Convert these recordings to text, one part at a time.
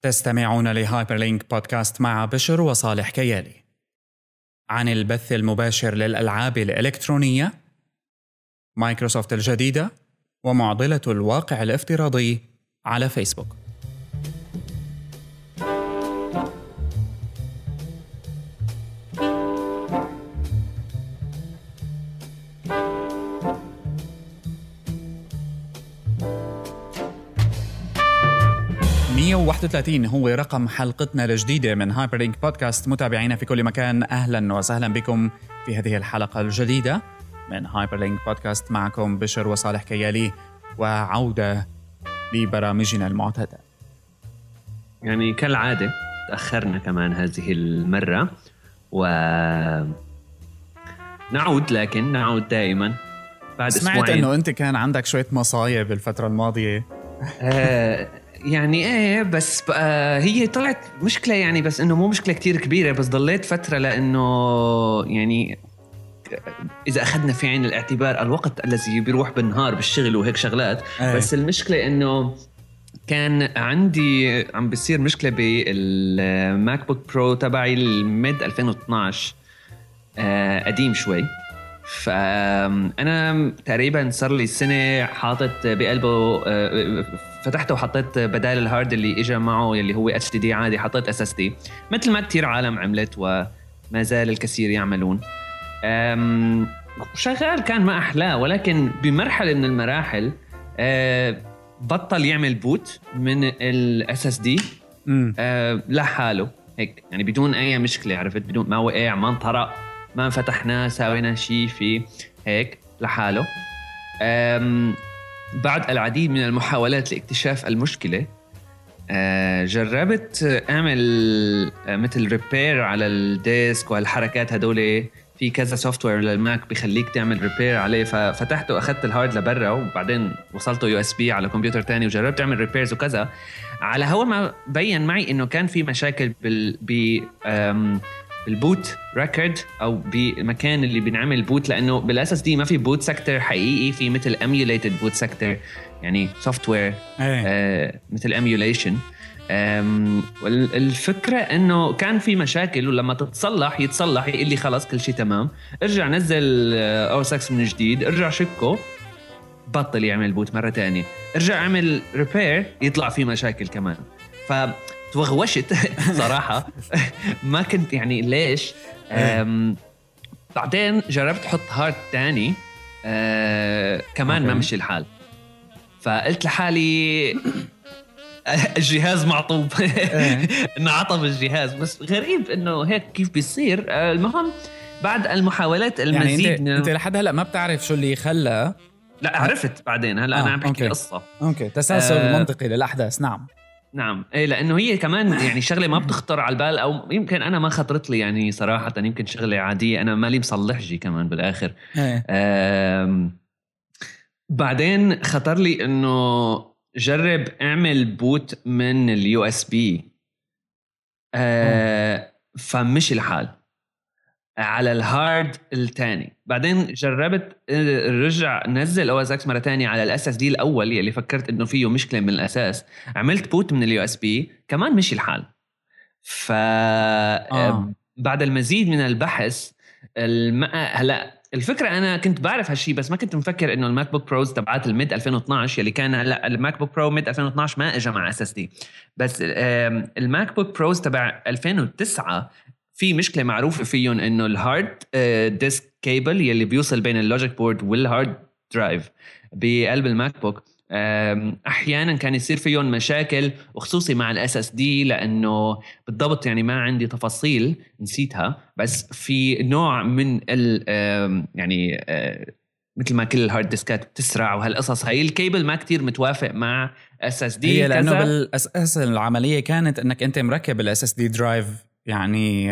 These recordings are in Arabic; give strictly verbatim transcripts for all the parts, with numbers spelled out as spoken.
تستمعون لهايبر لينك بودكاست مع بشر وصالح كيالي عن البث المباشر للألعاب الإلكترونية، مايكروسوفت الجديدة، ومعضلة الواقع الافتراضي على فيسبوك. مية وواحد وثلاثين هو رقم حلقتنا الجديدة من هايبر لينك بودكاست. متابعينا في كل مكان، أهلا وسهلا بكم في هذه الحلقة الجديدة من هايبر لينك بودكاست. معكم بشر وصالح كيالي، وعودة لبرامجنا المعتادة. يعني كالعادة تأخرنا كمان هذه المرة ونعود، لكن نعود دائما بعد سمعت أسبوعين. أنه أنت كان عندك شوية مصايب الفترة الماضية. آه يعني ايه بس بقى هي طلعت مشكلة، يعني بس انه مو مشكلة كتير كبيرة، بس ضليت فترة لانه يعني اذا اخذنا في عين الاعتبار الوقت الذي بيروح بالنهار بالشغل وهيك شغلات. أيه. بس المشكلة انه كان عندي عم بيصير مشكلة بالماك بوك برو تبعي الميد ألفين واثناشر، آه قديم شوي. فأنا تقريبا صار لي سنة حاطط بقلبه، فتحته وحطيت بدال الهارد اللي إجا معه اللي هو اتش دي دي عادي، حطيت اس اس دي مثل ما كتير عالم عملت وما زال الكثير يعملون. شغال كان ما أحلاه، ولكن بمرحلة من المراحل بطل يعمل بوت من الاس اس دي لحاله هيك، يعني بدون أي مشكلة، عرفت، بدون ما وقع ما انطرق ما فتحناه سوينا شيء في هيك لحاله. بعد العديد من المحاولات لاكتشاف المشكلة، جربت أعمل مثل ريبير على الديسك والحركات هدول، في كذا سوفت وير للماك بيخليك تعمل ريبير عليه. ففتحته وأخذت الهارد لبرا، وبعدين وصلته يو اس بي على كمبيوتر تاني وجربت أعمل ريبيرز وكذا. على هو ما بين معي إنه كان في مشاكل بال ب البوت ريكورد او بمكان اللي بنعمل بوت، لانه بالاساس دي ما في بوت سيكتور حقيقي، في مثل emulated بوت سيكتور، يعني سوفت وير آه مثل emulation. والفكره انه كان في مشاكل، ولما تتصلح يتصلح يقول لي خلاص كل شيء تمام، ارجع نزل او اس اكس من جديد، ارجع شكه بطل يعمل بوت مره تانية، ارجع اعمل ريبير يطلع فيه مشاكل كمان. ف توغوشت صراحة ما كنت يعني ليش. بعدين جربت حط هارد تاني، أه كمان ما مشي الحال، فقلت لحالي الجهاز معطوب انعطب الجهاز. بس غريب انه هيك كيف بيصير. المهم بعد المحاولات المزيد، يعني انت, انت لحد هلا ما بتعرف شو اللي خلى؟ لا عرفت بعدين، هلا آه. انا عم بحكي قصة. اوكي تسلسل آه. منطقي للاحداث. نعم نعم إيه، لأنه هي كمان يعني شغلة ما بتخطر على البال، أو يمكن أنا ما خطرت لي يعني صراحة، يمكن شغلة عادية، أنا مالي مصلح جي كمان بالآخر. بعدين خطر لي إنه جرب أعمل بوت من اليو اس بي، فمش الحال على الهارد الثاني. بعدين جربت رجع نزل او اس اكس مره ثانيه على الاس اس دي الاول اللي فكرت انه فيه مشكله من الاساس، عملت بوت من اليو اس بي كمان مشي الحال. ف آه. بعد المزيد من البحث الم... هلا الفكره انا كنت بعرف هالشيء، بس ما كنت مفكر انه الماك بوك بروز تبعات الميد ألفين واثناشر اللي كان هلا الماك بوك برو ميد ألفين واثناشر ما اجى مع اس اس دي، بس الماك بوك بروز تبع ألفين وتسعة في مشكلة معروفة فيهم، إنه الهارد ديسك كيبل يلي بيوصل بين اللوجيك بورد والهارد درايف بقلب الماك بوك أحياناً كان يصير فيهم مشاكل، وخصوصي مع الاس اس دي، لأنه بالضبط يعني ما عندي تفاصيل نسيتها، بس في نوع من ال يعني مثل ما كل الهارد ديسكات بتسرع وهالقصص هاي، الكيبل ما كتير متوافق مع اس اس دي. هي لأنه بالأساس العملية كانت إنك أنت مركب الاس اس دي درايف، يعني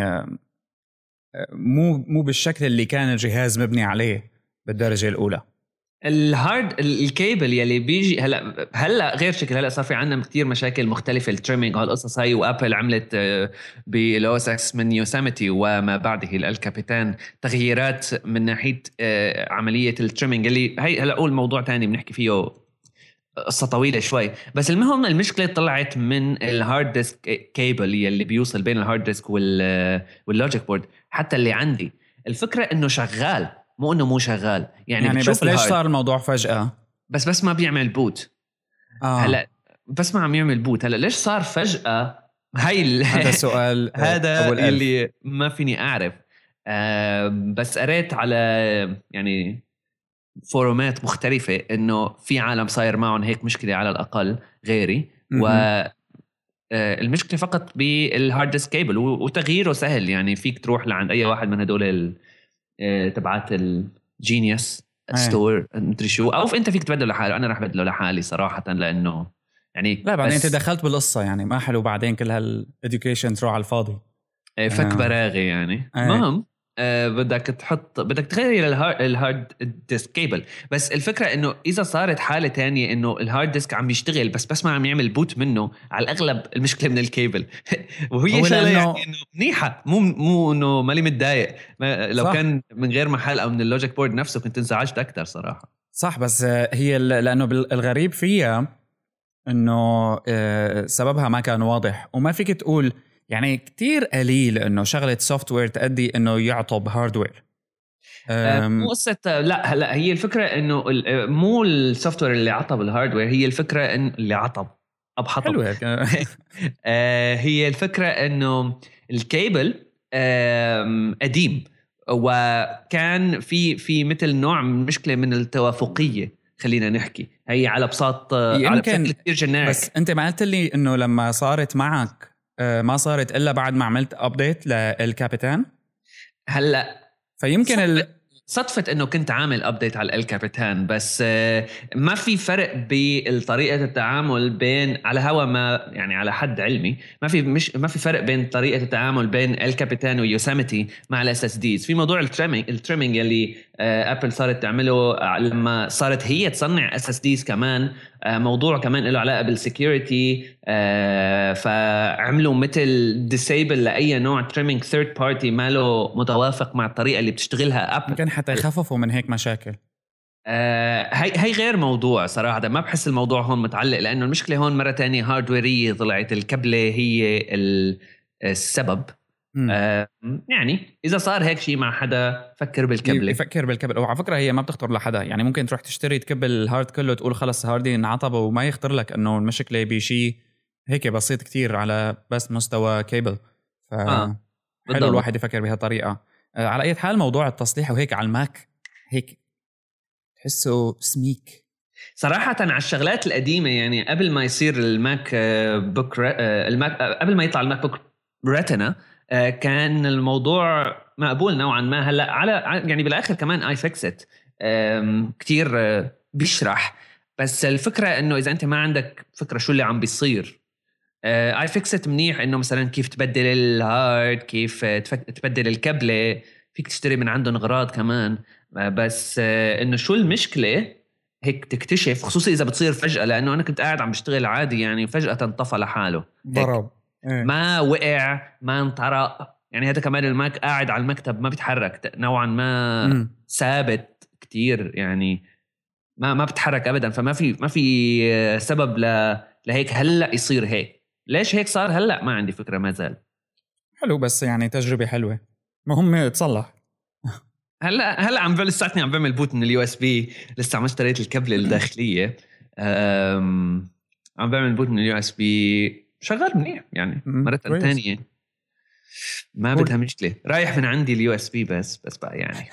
مو مو بالشكل اللي كان الجهاز مبني عليه بالدرجة الأولى. الهارد الكيبل يلي بيجي هلا هلا غير شكل، هلا صار في عندنا كتير مشاكل مختلفة، التريمينج وهالقصص هاي، وابل عملت بالاو اس اكس من يوساميتي وما بعده الكابيتان تغييرات من ناحية عملية التريمينج اللي هي هلا اول موضوع تاني بنحكي فيه قصة طويلة شوي. بس المهم المشكلة طلعت من الهارد ديسك كيبل يلي بيوصل بين الهارد ديسك وال واللوجيك بورد حتى اللي عندي. الفكرة انه شغال مو انه مو شغال يعني, يعني بس ليش صار الموضوع فجأة؟ بس بس ما بيعمل بوت. آه. هلا بس ما عم يعمل بوت. هلا ليش صار فجأة؟ هاي ال... هذا السؤال هذا اللي ما فيني اعرف. آه بس قريت على يعني فورومات مختلفة إنه في عالم صاير معهم هيك مشكلة على الأقل غيري. و المشكلة فقط بالهارد ديسك كيبل وتغييره سهل يعني. فيك تروح لعند أي واحد من هدول تبعات الجينيوس ستور مدري شو، أو أنت فيك تبدله لحاله. أنا رح بدله لحالي صراحة لأنه يعني لا بعدين أنت دخلت بالقصة يعني ما حلو بعدين كل هالإدوكيشن تروح على الفاضي فك براغي يعني. المهم أه بدك تحط بدك تغير الهارد ديسك كيبل. بس الفكرة انه اذا صارت حالة تانية انه الهارد ديسك عم بيشتغل بس بس ما عم يعمل بوت منه، على الاغلب المشكلة من الكيبل. وهي شغلة يعني انه منيحة، مو مو انه مالي متضايق. لو صح. كان من غير محل او من اللوجيك بورد نفسه كنت انزعجت اكتر صراحة. صح. بس هي لانه الغريب فيها انه سببها ما كان واضح، وما فيك تقول يعني كتير قليل انه شغله سوفت وير تؤدي انه يعطب هاردوير. مو قصه لا هلا هي الفكره انه مو السوفت وير اللي عطب الهاردوير، هي الفكره ان اللي عطب اب حطب حلو هيك. هي الفكره انه الكيبل قديم وكان في في مثل نوع من مشكله من التوافقيه. خلينا نحكي هي على بساط على بشكل كتير جنريك. بس انت ما قلت لي انه لما صارت معك ما صارت إلا بعد ما عملت أبديت للكابيتان. هلا فيمكن صدفة, ال... صدفة إنه كنت عامل أبديت على الكابيتان، بس ما في فرق بطريقة التعامل بين على هوا ما يعني على حد علمي ما في مش ما في فرق بين طريقة التعامل بين الكابيتان ويوساميتي مع الاس اس ديز. في موضوع التريمينج التريمينج اللي ابل صارت تعمله لما صارت هي تصنع اس اس ديز كمان، موضوع كمان له علاقة بالسكيورتي. فعملوا مثل ديسيبل لأي نوع تريمينج ثيرد بارتي ما له متوافق مع الطريقة اللي بتشتغلها ابل، ممكن حتى يخففوا من هيك مشاكل. آه هي هي غير موضوع صراحة. ما بحس الموضوع هون متعلق، لأنه المشكلة هون مرة تانية هاردويرية طلعت. الكبلة هي السبب. آه يعني إذا صار هيك شيء مع حدا فكر بالكبلة، يفكر بالكبل. وعلى فكرة هي ما بتخطر لحدا يعني. ممكن تروح تشتري تكبل الهارد كله تقول خلص هاردي انعطب، وما يخطر لك أنه المشكلة بشيء هيك بسيط كتير على بس مستوى كيبل. ف آه. حلو الواحد يفكر بهالطريقة. آه على أي حال موضوع التصليح وهيك على الماك هيك تحسه سميك صراحة على الشغلات القديمة. يعني قبل ما يصير الماك بوك الماك قبل ما يطلع الماك بوك ريتنا كان الموضوع مقبول نوعا ما. هلا على يعني بالاخر كمان اي فيكست كتير بيشرح. بس الفكرة انه اذا انت ما عندك فكرة شو اللي عم بيصير، اي فيكست منيح انه مثلا كيف تبدل الهارد، كيف تبدل الكبلة، فيك تشتري من عندهم اغراض كمان. بس انه شو المشكلة هيك تكتشف، خصوصا اذا بتصير فجأة. لانه انا كنت قاعد عم بشتغل عادي يعني فجأة انطفى لحاله ضرب. إيه. ما وقع ما انطرق يعني. هذا كمان الماك قاعد على المكتب ما بيتحرك نوعا ما م. ثابت كتير يعني، ما ما بتحرك ابدا. فما في ما في سبب ل... لهيك هلا يصير هيك. ليش هيك صار هلا ما عندي فكرة ما زال. حلو بس يعني تجربة حلوة مهم تصلح. هلا هلا عم بعمل ساعتني عم بعمل بوت من اليو اس بي. لسه عم اشتريت الكبلة الداخلية. عم بعمل بوت من اليو اس بي شغال منيح يعني. مرة ثانية ما بدها مشكلة. رايح من عندي اليو اس بي بس بس بقى يعني,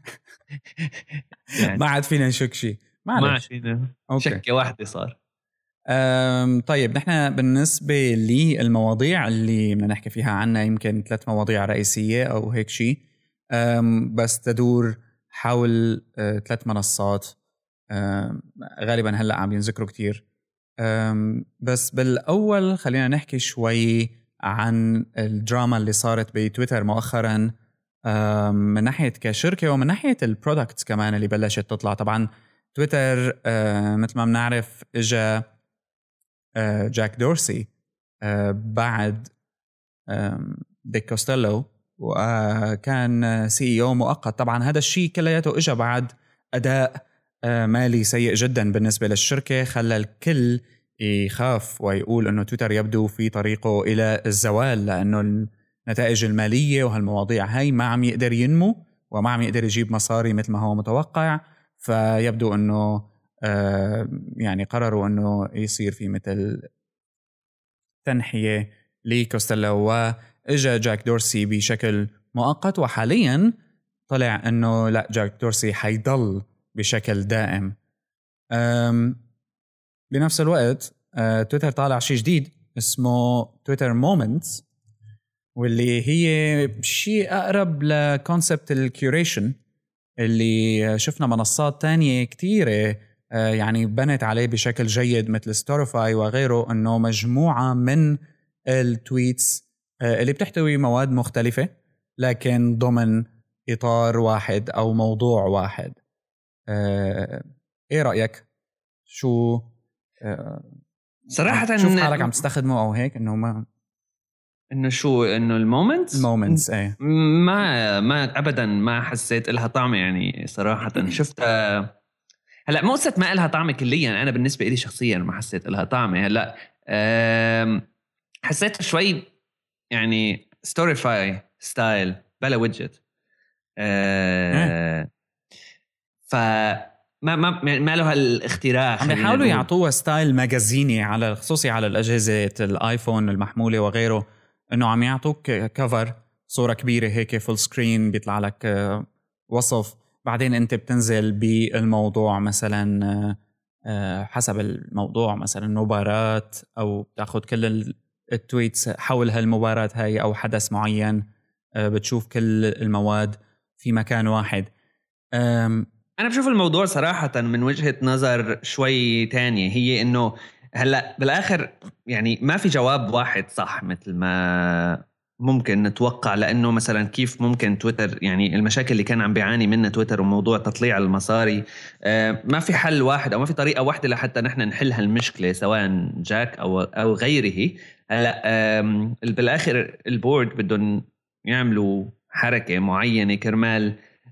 يعني ما عاد فينا نشك شيء. ما عاد فينا شكة واحدة صار. أم طيب نحن بالنسبة للمواضيع اللي بدنا نحكي فيها عنها يمكن ثلاث مواضيع رئيسية أو هيك شيء، بس تدور حول ثلاث منصات غالبا هلأ عم ينذكروا كتير. بس بالأول خلينا نحكي شوي عن الدراما اللي صارت بتويتر مؤخرا من ناحية كشركة ومن ناحية البرودكتس كمان اللي بلشت تطلع. طبعا تويتر مثل ما بنعرف اجا جاك دورسي بعد ديك كوستيلو وكان سي اي او مؤقت. طبعا هذا الشيء كلياته اجا بعد اداء مالي سيء جدا بالنسبة للشركة، خلى الكل يخاف ويقول أنه تويتر يبدو في طريقه إلى الزوال، لأنه النتائج المالية وهالمواضيع هاي ما عم يقدر ينمو وما عم يقدر يجيب مصاري مثل ما هو متوقع. فيبدو أنه آه يعني قرروا أنه يصير في مثل تنحية لكوستيلو، وإجا جاك دورسي بشكل مؤقت، وحاليا طلع أنه لا، جاك دورسي حيضل بشكل دائم. بنفس الوقت تويتر طالع شيء جديد اسمه تويتر مومنتس، واللي هي شيء أقرب لكونسبت الكيوريشن اللي شفنا منصات تانية كتيرة يعني بنت عليه بشكل جيد مثل ستوريفاي وغيره، أنه مجموعة من التويتس اللي بتحتوي مواد مختلفة لكن ضمن إطار واحد أو موضوع واحد. إيه رأيك؟ شو صراحة شوف حالك عم تستخدمه أو هيك؟ إنه ما إنه شو إنه المومنتس المومنتس إيه ما ما أبدا ما حسيت إلها طعم يعني صراحة. شفتها هلا مو قصة ما إلها طعم كليا، أنا بالنسبة إلي شخصيا ما حسيت إلها طعم. هلا حسيت شوي يعني ستوريفاي ستايل بلا ويدجت. أه ف ما ما ما له هالاختراع. عم بيحاولوا يعطوها ستايل ماجازيني على خصوصي على الأجهزة الآيفون المحمولة وغيره، إنه عم يعطوك كفر صورة كبيرة هيك فول سكرين، بيطلع لك وصف، بعدين أنت بتنزل بالموضوع مثلا حسب الموضوع مثلا مباراة، أو بتاخد كل التويتس حول هالمباراة هاي أو حدث معين، بتشوف كل المواد في مكان واحد. أنا بشوف الموضوع صراحة من وجهة نظر شوي تانية، هي إنه هلأ بالآخر يعني ما في جواب واحد صح مثل ما ممكن نتوقع، لأنه مثلا كيف ممكن تويتر يعني المشاكل اللي كان عم بيعاني منها تويتر وموضوع تطليع المصاري، ما في حل واحد أو ما في طريقة واحدة لحتى نحن نحل هالمشكلة سواء جاك أو أو غيره. هلأ بالآخر البورد بدهم يعملوا حركة معينة كرمال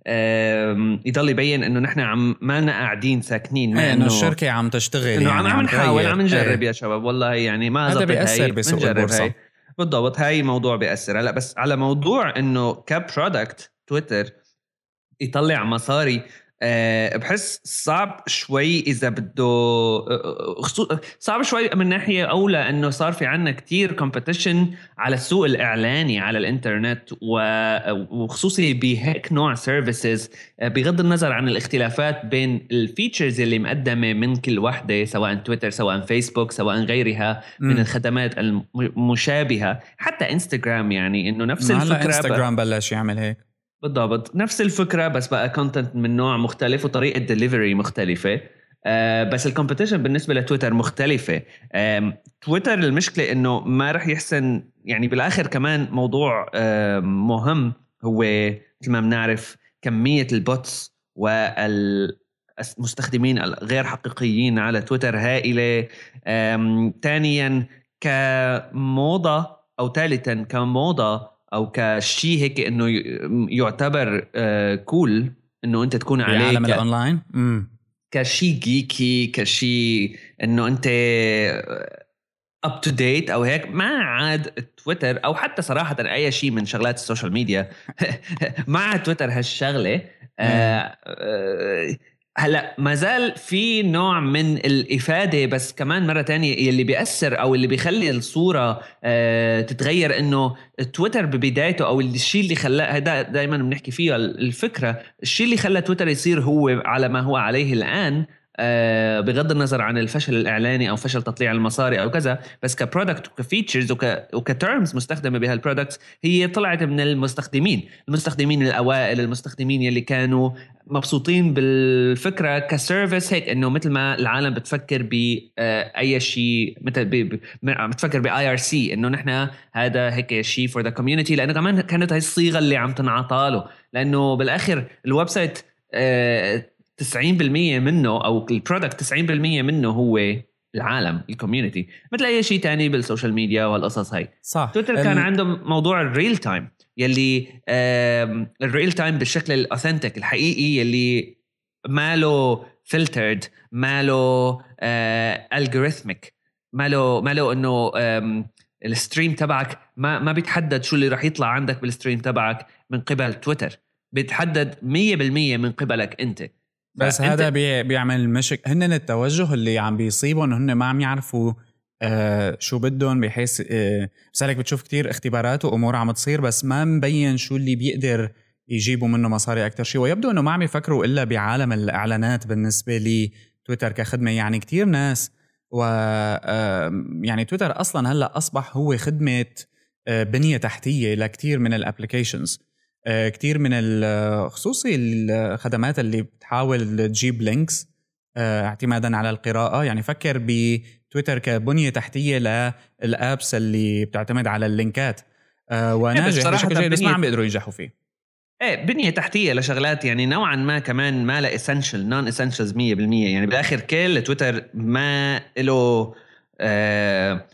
يضل يبين انه نحن عم ما لنا قاعدين ساكنين، ما انه الشركه عم تشتغل، يعني عم, عم نحاول عم نجرب ايه. يا شباب والله يعني ما هذا بيأثر بسوق البورصه. هاي بالضبط، هاي موضوع بيأثر. هلا بس على موضوع انه كبرودكت تويتر يطلع مصاري، أه بحس صعب شوي إذا بده صعب شوي من ناحية أولى أنه صار في عنا كتير كومبيتيشن على السوق الإعلاني على الإنترنت، وخصوصي بهيك نوع سيرفيسز، بغض النظر عن الاختلافات بين الفيتشرز اللي مقدمة من كل واحدة سواء تويتر سواء فيسبوك سواء غيرها من م. الخدمات المشابهة. حتى انستغرام يعني أنه نفس الفكرة، انستغرام بلش يعمل هيك بالضبط نفس الفكرة، بس بقى كونتنت من نوع مختلف وطريقة ديليفري مختلفة. آه بس الكومبيتيشن بالنسبة لتويتر مختلفة. آه تويتر المشكلة إنه ما رح يحسن يعني بالآخر. كمان موضوع آه مهم هو مثل ما بنعرف كمية البوتس والمستخدمين الغير حقيقيين على تويتر هائلة. آه ثانيا كموضة، أو ثالثا كموضة او كشيء هيك انه يعتبر آه كول انه انت تكون عليه بعالم الاونلاين، كشيء جيكي، كشيء انه انت اب تو ديت او هيك. ما عاد تويتر او حتى صراحه اي شيء من شغلات السوشيال ميديا ما عاد تويتر هالشغله. آه آه هلا ما زال في نوع من الإفادة، بس كمان مرة تانية اللي بيأثر أو اللي بيخلي الصورة آه تتغير إنه تويتر ببدايته أو الشيء اللي خلاه دا دايما بنحكي فيه الفكرة، الشيء اللي خلى تويتر يصير هو على ما هو عليه الآن، آه بغض النظر عن الفشل الإعلاني أو فشل تطليع المصاري أو كذا، بس كبرودكت وكفيتشرز وك وكتيرمز مستخدمة بهالبرودكتس هي طلعت من المستخدمين المستخدمين الأوائل، المستخدمين يلي كانوا مبسوطين بالفكرة كسيرفيس هيك، إنه مثل ما العالم بتفكر بأي شيء مثل بتفكر بآي آر سي، إنه نحن هذا هيك شيء for the community، لأنه كمان كانت هاي الصيغة اللي عم تنعطاله، لأنه بالآخر الويب سايت تسعين بالمية منه أو البرودكت تسعين بالمية منه هو العالم الكوميونتي، مثل أي شيء تاني بالسوشيال ميديا والقصص هاي. صح. تويتر كان عندهم موضوع الريل تايم، يلي الريل تايم بالشكل الاوثنتيك الحقيقي، يلي ما له filtered ما له algorithmic ما له ما له إنه الستريم تبعك ما ما بيتحدد شو اللي راح يطلع عندك بالستريم تبعك من قبل تويتر، بيتحدد مية بالمية من قبلك أنت. بس هذا بي بيعمل مشك هن التوجه اللي عم بيصيبهم، هن ما عم يعرفوا آه شو بدهم، بحيث آه بسالك بتشوف كتير اختبارات وأمور عم تصير بس ما مبين شو اللي بيقدر يجيبوا منه مصاري أكتر شيء، ويبدو أنه ما عم يفكروا إلا بعالم الإعلانات بالنسبة لي تويتر كخدمة. يعني كتير ناس و يعني تويتر أصلا هلأ أصبح هو خدمة بنية تحتية لكتير من الابليكيشنز، كتير من خصوصي الخدمات اللي بتحاول تجيب لينكس اعتمادا على القراءة. يعني فكر بتويتر كبنية تحتية للابس اللي بتعتمد على اللينكات وناجح بشكل جيد، بس ما عم بيقدروا ينجحوا فيه. ايه بنية تحتية لشغلات يعني نوعا ما كمان ما لا اسينشال نون اسينشالز مية بالمية. يعني بالاخر كل تويتر ما له آه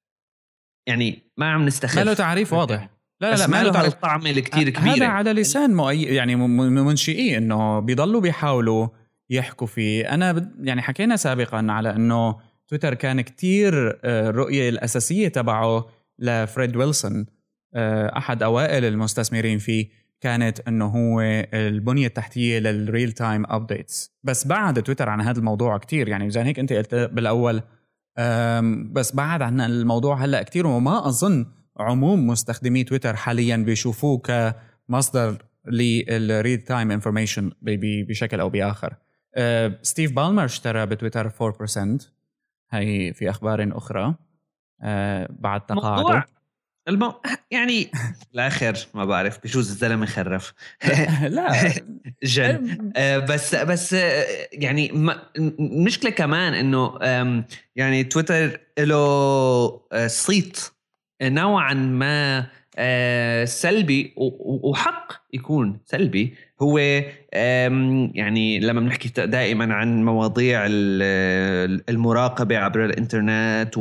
يعني ما عم نستخف، ما له تعريف واضح. لا لا ما له الطعم اللي كتير كبيرة. هذا على لسان مؤي... يعني منشئي انه بيضلوا بيحاولوا يحكوا فيه. انا يعني حكينا سابقا على انه تويتر كان كتير الرؤية الأساسية تبعه لفريد ويلسون احد اوائل المستثمرين فيه كانت انه هو البنية التحتية للريل تايم ابديتس. بس بعد تويتر عن هذا الموضوع كتير، يعني زي هيك انت قلت بالاول، بس بعد عن الموضوع هلا كتير، وما اظن عموم مستخدمي تويتر حاليا بيشوفوه كمصدر للريل تايم انفورميشن بشكل او باخر. ستيف بالمر اشترى بتويتر أربعة بالمية، هي في اخبار اخرى بعد تقاعده. المو... يعني الآخر ما بعرف بجوز الزلمة خرف لا جن بس بس يعني مشكلة كمان إنه يعني تويتر له صيت نوعا ما سلبي، وحق يكون سلبي. هو يعني لما بنحكي دائما عن مواضيع المراقبة عبر الانترنت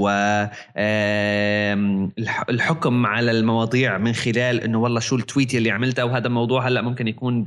والحكم على المواضيع من خلال انه والله شو التويت اللي عملته، وهذا الموضوع هلأ ممكن يكون ب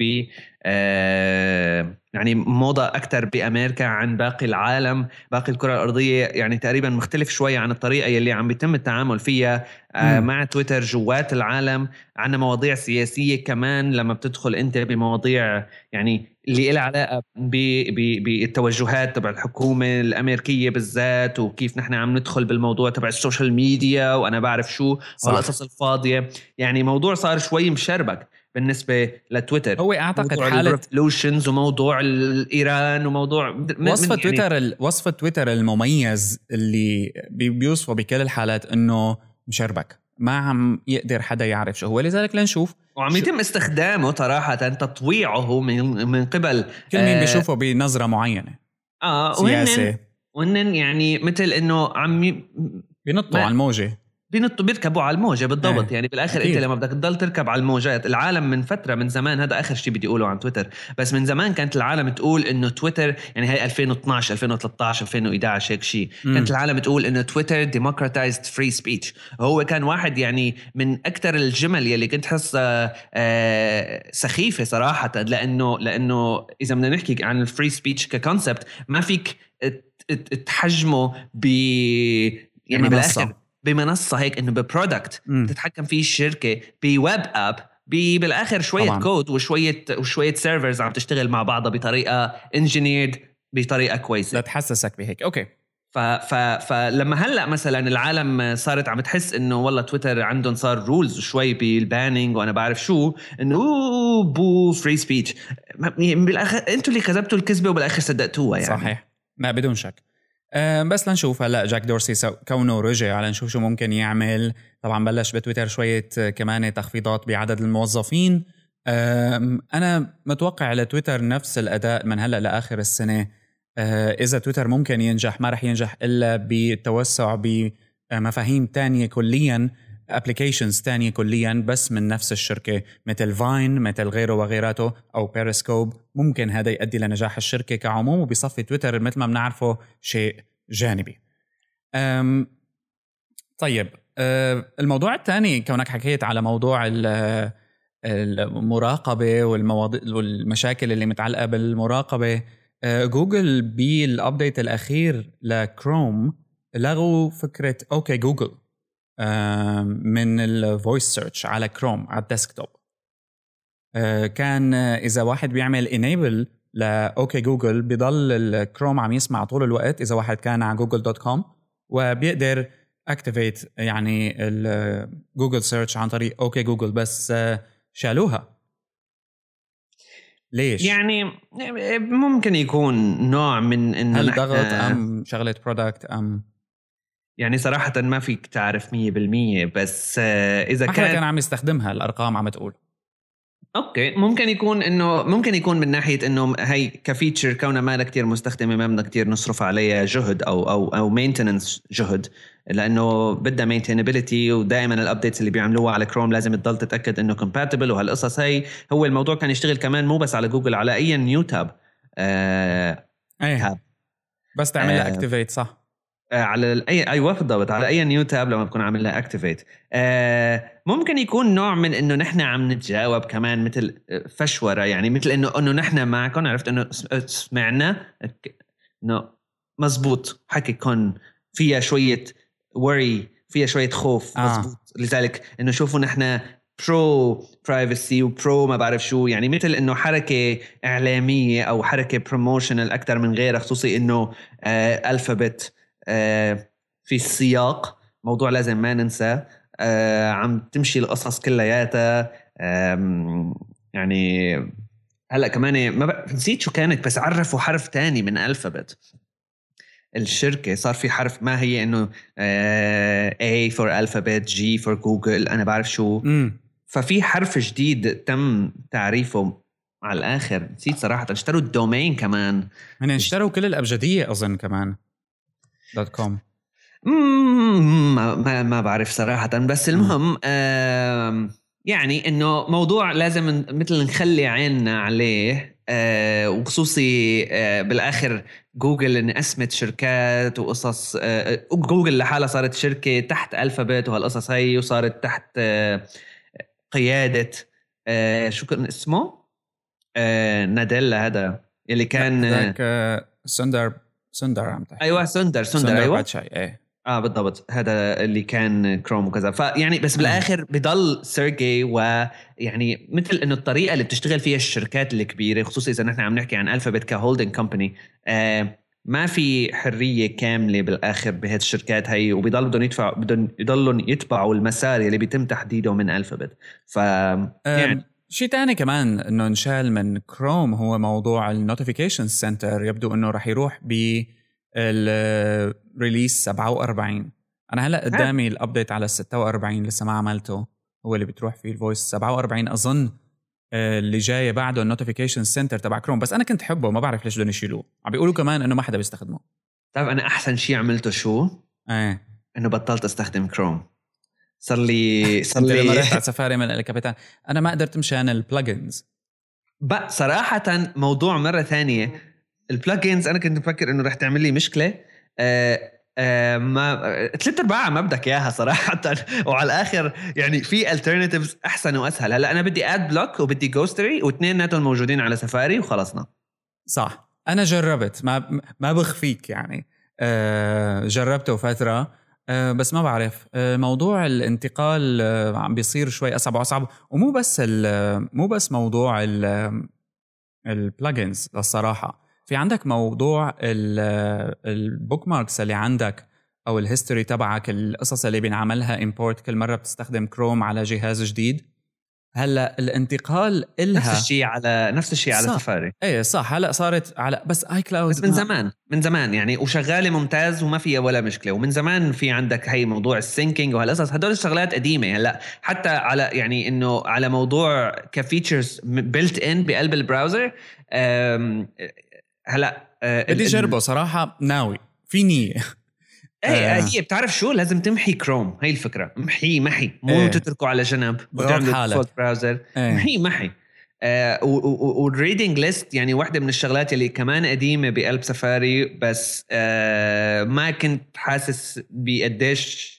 يعني موضة أكتر بأمريكا عن باقي العالم، باقي الكرة الأرضية يعني تقريبا مختلف شوية عن الطريقة يلي عم بيتم التعامل فيها مع تويتر جوات العالم. عنا مواضيع سياسية كمان لما بتدخل أنت بمواضيع يعني اللي إلها علاقة بالتوجهات تبع الحكومة الأمريكية بالذات، وكيف نحن عم ندخل بالموضوع تبع السوشيال ميديا وأنا بعرف شو والقصص الفاضية. يعني موضوع صار شوي مشربك بالنسبة لتويتر. هو أعتقد موضوع حالة الريفولوشنز وموضوع الإيران وموضوع وصف يعني تويتر ال... وصف تويتر المميز اللي بيوصفه بكل الحالات إنه مشربك، ما عم يقدر حدا يعرف شو هو. لذلك لنشوف وعم يتم استخدامه صراحة تطويعه من من قبل كل مين آه بيشوفه بنظرة معينة آه سياسة، وهن يعني مثل إنه عم ي... بينطوا على الموجة، بينطوا بيركبوا على الموجة بالضبط. آه. يعني بالآخر أكيد. أنت لما بدك تضل تركب على الموجات، العالم من فترة من زمان، هذا آخر شيء بدي أقوله عن تويتر، بس من زمان كانت العالم تقول إنه تويتر يعني هي ألفين واثناشر ألفين وثلاثة عشر ألفين وإحدى عشر هيك شيء، كانت العالم تقول إنه تويتر democratized free speech. هو كان واحد يعني من أكتر الجمل يلي كنت حسها آه سخيفة صراحة، لأنه لأنه إذا بدنا نحكي عن الفري سبيتش ككونسبت ما فيك تحجمه ب يعني بالآخر بمنصة هيك إنه ببرودكت تتحكم فيه الشركة، بويب أب، بالآخر شوية طبعاً. كود وشوية وشوية سيرفرز عم تشتغل مع بعضها بطريقة انجينيرد بطريقة كويسة لا تحسسك بهيك. أوكي. ف ف فلما هلأ مثلا العالم صارت عم تحس إنه والله تويتر عندهم صار رولز شوي بالبانينج وأنا بعرف شو، إنه بو فري سبيتش، بالآخر أنتوا اللي كذبتوا الكذبة وبالآخر صدقتوها يعني. صحيح، ما بدون شك. أه بس لنشوف هلا جاك دورسي كونه رجع على نشوف شو ممكن يعمل. طبعا بلش بتويتر شوية كمان تخفيضات بعدد الموظفين. أه أنا متوقع على تويتر نفس الأداء من هلا لآخر السنة. أه إذا تويتر ممكن ينجح ما رح ينجح إلا بالتوسع بمفاهيم تانية كليا، ابليكيشنز تانية كليا بس من نفس الشركة، مثل فاين مثل غيره وغيراته أو بيريسكوب. ممكن هذا يؤدي لنجاح الشركة كعموم، وبصفي تويتر مثل ما بنعرفه شيء جانبي. أم طيب أه الموضوع الثاني، كونك حكيت على موضوع المراقبة والمواضيع والمشاكل اللي متعلقة بالمراقبة، جوجل بالابديت الاخير لكروم لغوا فكره اوكي جوجل من الفويس سيرش على كروم على الديسكتوب. كان اذا واحد بيعمل انيبل لاوكي جوجل بيضل الكروم عم يسمع طول الوقت اذا واحد كان على جوجل دوت كوم، وبيقدر اكتيفيت يعني الجوجل سيرش عن طريق اوكي جوجل، بس شالوها. ليش؟ يعني ممكن يكون نوع من انه هل ضغط ام شغله برودكت ام يعني صراحه ما فيك تعرف مية بالمية، بس اذا كان كان عم يستخدمها الارقام عم تقول اوكي ممكن يكون انه ممكن يكون من ناحيه انه هي كفيتشر كونها ما لها كثير مستخدمه ما بدنا كثير نصرف عليها جهد او او او مينتيننس جهد، لانه بدها مينتينابيلتي، ودائما الابديتس اللي بيعملوها على كروم لازم تضل تتاكد انه كومباتبل وهالقصص هي. هو الموضوع كان يشتغل كمان مو بس على جوجل، على اي نيو تاب آه أيه. تاب بس تعمل لها اكتيفيت صح على اي ايوه بالضبط على اي نيو تاب لما بكون عامل لها اكتيفيت. آه ممكن يكون نوع من انه نحن عم نتجاوب كمان مثل فشوره، يعني مثل انه انه نحن معكم عرفت انه سمعنا انه مزبوط حكيكم فيها شويه worry فيها شويه خوف آه. مزبوط، لذلك انه شوفوا نحن برو برايفسي وبرو ما بعرف شو، يعني مثل انه حركه اعلاميه او حركه بروموشنال اكثر من غيرها، خصوصي انه آه الفابت آه في السياق موضوع لازم ما ننسى. آه عم تمشي القصص كلياتها. آه يعني هلا كمان ما نسيت شو كانت، بس عرفوا حرف تاني من الفابت الشركة، صار في حرف ما هي انه آه A for alphabet G for Google انا بعرف شو م. ففي حرف جديد تم تعريفه على الآخر، نسيت صراحة. اشتروا الدومين كمان، يعني اشتروا كل الأبجدية أظن كمان دوت كوم. ما, ما ما بعرف صراحة، بس المهم آه يعني إنه موضوع لازم مثل نخلي عيننا عليه. آه وخصوصي آه بالآخر جوجل انقسمت شركات وقصص. آه جوجل لحالها صارت شركة تحت ألفابت وهالقصص هاي، وصارت تحت آه قيادة آه شو كان اسمه آه ناديلا هذا اللي كان هذاك آه سندر سندر عم تحكي. ايوه سندر سندر, سندر ايوه ايه اه بالضبط هذا اللي كان كروم وكذا. فيعني بس بالاخر بضل سيرجي، ويعني مثل انه الطريقه اللي بتشتغل فيها الشركات الكبيره، خصوصا اذا نحن عم نحكي عن الفابت كهولدنج كومباني، آه ما في حريه كامله بالاخر بهذه الشركات هي، وبيضل بدهم يدفعوا بدهم يضلوا يتبعوا المسار اللي بيتم تحديده من الفابت. ف يعني شيء تاني كمان انه انشال من كروم هو موضوع النوتيفيكيشن سنتر. يبدو انه راح يروح ب الريليس سبعة وأربعين. انا هلا قدامي الابديت على ستة وأربعين لسه ما عملته، هو اللي بتروح فيه الفويس سبعة وأربعين اظن. اللي جاي بعده النوتيفيكيشن سنتر تبع كروم، بس انا كنت حبه ما بعرف ليش بدهم يشيلوه. عم بيقولوا كمان انه ما حدا بيستخدمه. طيب انا احسن شيء عملته شو ايه انه بطلت استخدم كروم. صار لي صار لي لما رحت على سفاري من الكابيتان انا ما قدرت مشان البلجنز. بقى صراحه موضوع مره ثانيه البلجنز، انا كنت مفكر انه رح تعمل لي مشكله. آه آه ما ثلاث ارباع ما بدك اياها صراحه وعلى الاخر يعني في alternatives احسن واسهل. هلا انا بدي اد بلوك وبدي جوستري، واثنين ناتهم موجودين على سفاري وخلصنا. صح انا جربت، ما ما بخفيك يعني. آه جربته فتره، آه بس ما بعرف. آه موضوع الانتقال آه عم بيصير شوي اصعب واصعب، ومو بس مو بس موضوع البلجنز. للصراحه في عندك موضوع البوك ماركس اللي عندك او الهيستوري تبعك، القصص اللي بينعملها امبورت كل مره بتستخدم كروم على جهاز جديد. هلا الانتقال إلها نفس الشيء على نفس الشيء على سفاري. ايه صح هلا صارت على بس اي كلاود، بس من زمان من زمان يعني وشغاله ممتاز وما فيها ولا مشكله. ومن زمان في عندك هي موضوع السينكينج وهالقصص، هدول الشغلات قديمه. هلا حتى على يعني انه على موضوع كفيتشرز بيلت ان بقلب البراوزر. هلا بدي جربه صراحه، ناوي في نيه. ايه هي بتعرف شو لازم تمحي كروم، هي الفكره. محي محي مو ايه. تتركه على جنب وتعمل ديفولت براوزر. ايه. محي محي آه والريدنج ليست يعني واحدة من الشغلات اللي كمان قديمة بقلب سفاري، بس آه ما كنت حاسس بقديش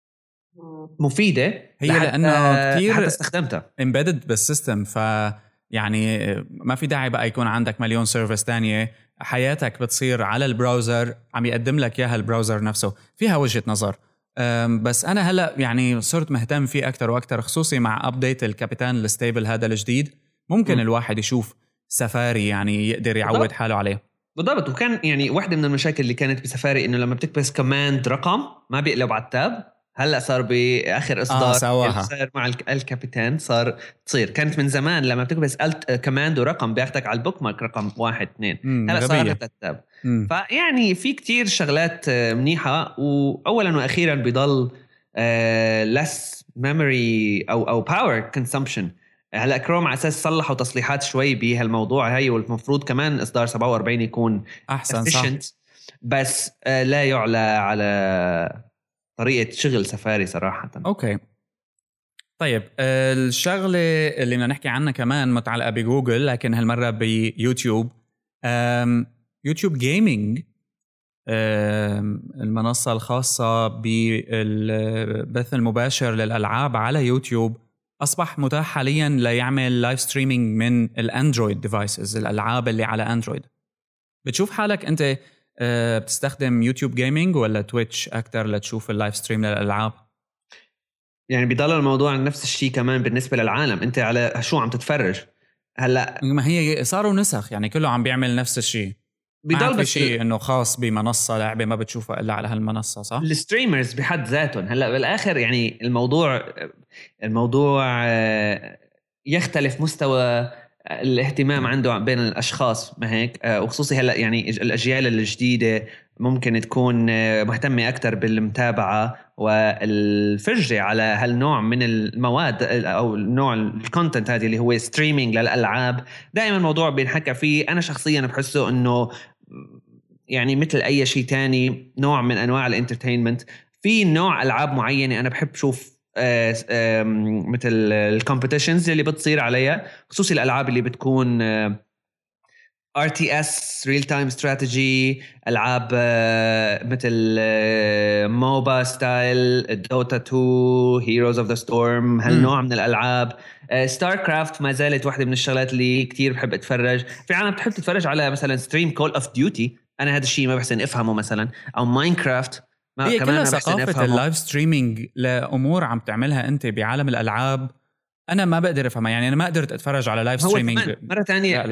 مفيدة هي لأنه كتير حتى استخدمتها embedded بالسيستم. ف يعني ما في داعي بقى يكون عندك مليون سيرفيس تانية، حياتك بتصير على البراوزر عم يقدم لك اياها البراوزر نفسه. فيها وجهة نظر، بس انا هلا يعني صرت مهتم فيه اكتر واكتر، خصوصي مع ابديت الكابيتان الستيبل هذا الجديد. ممكن م. الواحد يشوف سفاري يعني يقدر يعود بالضبط. حاله عليه بالضبط. وكان يعني واحدة من المشاكل اللي كانت بسفاري انه لما بتكبس كوماند رقم ما بيقلب على التاب. هلا صار باخر اصدار آه صار مع الكابيتان صار تصير. كانت من زمان لما بتكبس الت كوماند ورقم بياخدك على البوك مارك رقم واحد اثنين، هلا صارت التاب. فيعني في كتير شغلات منيحة. واولا واخيرا بيضل less memory او او power consumption. هلا كروم على اساس صلحوا تصليحات شوي بهالموضوع هاي، والمفروض كمان اصدار سبعة وأربعين يكون احسن صح. بس لا يعلى على طريقة شغل سفاري صراحة. اوكي طيب، الشغلة اللي بدنا نحكي عنها كمان متعلقة بجوجل، لكن هالمرة بيوتيوب. يوتيوب جيمينج، المنصة الخاصة بالبث المباشر للألعاب على يوتيوب، أصبح متاح حالياً ليعمل لايف ستريمينج من الأندرويد ديفايسز، الألعاب اللي على أندرويد. بتشوف حالك أنت بتستخدم يوتيوب جيمينج ولا تويتش أكتر لتشوف اللايف ستريم للألعاب؟ يعني بيضل الموضوع نفس الشيء كمان بالنسبة للعالم. أنت على شو عم تتفرج هلأ؟ ما هي صاروا نسخ، يعني كله عم بيعمل نفس الشيء. بيضل بس شيء انه خاص بمنصه لعبه ما بتشوفها الا على هالمنصه، صح؟ الستريمرز بحد ذاتهم هلا بالاخر يعني الموضوع الموضوع يختلف مستوى الاهتمام عنده بين الاشخاص، ما هيك؟ وخصوصي هلا يعني الاجيال الجديده ممكن تكون مهتمه اكثر بالمتابعه والفرجه على هالنوع من المواد او النوع الكونتنت هذه اللي هو ستريمينج للالعاب. دائما الموضوع بينحكى فيه. انا شخصيا بحسه انه يعني مثل أي شيء تاني نوع من أنواع الانترتينمنت. في نوع ألعاب معينة أنا بحب شوف آه آه مثل الكومبيتيشنز اللي بتصير عليها، خصوصي الألعاب اللي بتكون آه آر تي إس Real Time Strategy، ألعاب آه مثل آه موبا ستايل، دوتا تو، Heroes of the Storm، هالنوع من الألعاب. ستار كرافت ما زالت واحدة من الشغلات اللي كتير بحب أتفرج. في عالم بتحب تتفرج على مثلا ستريم كول أوف ديوتي، أنا هذا الشيء ما بحسن أفهمه مثلا، أو ماينكرافت. هي كلها ثقافة اللايف ستريمينج لأمور عم تعملها أنت بعالم الألعاب. أنا ما بقدر أفهمها، يعني أنا ما قدرت أتفرج على لايف ستريمينج مرة تانية.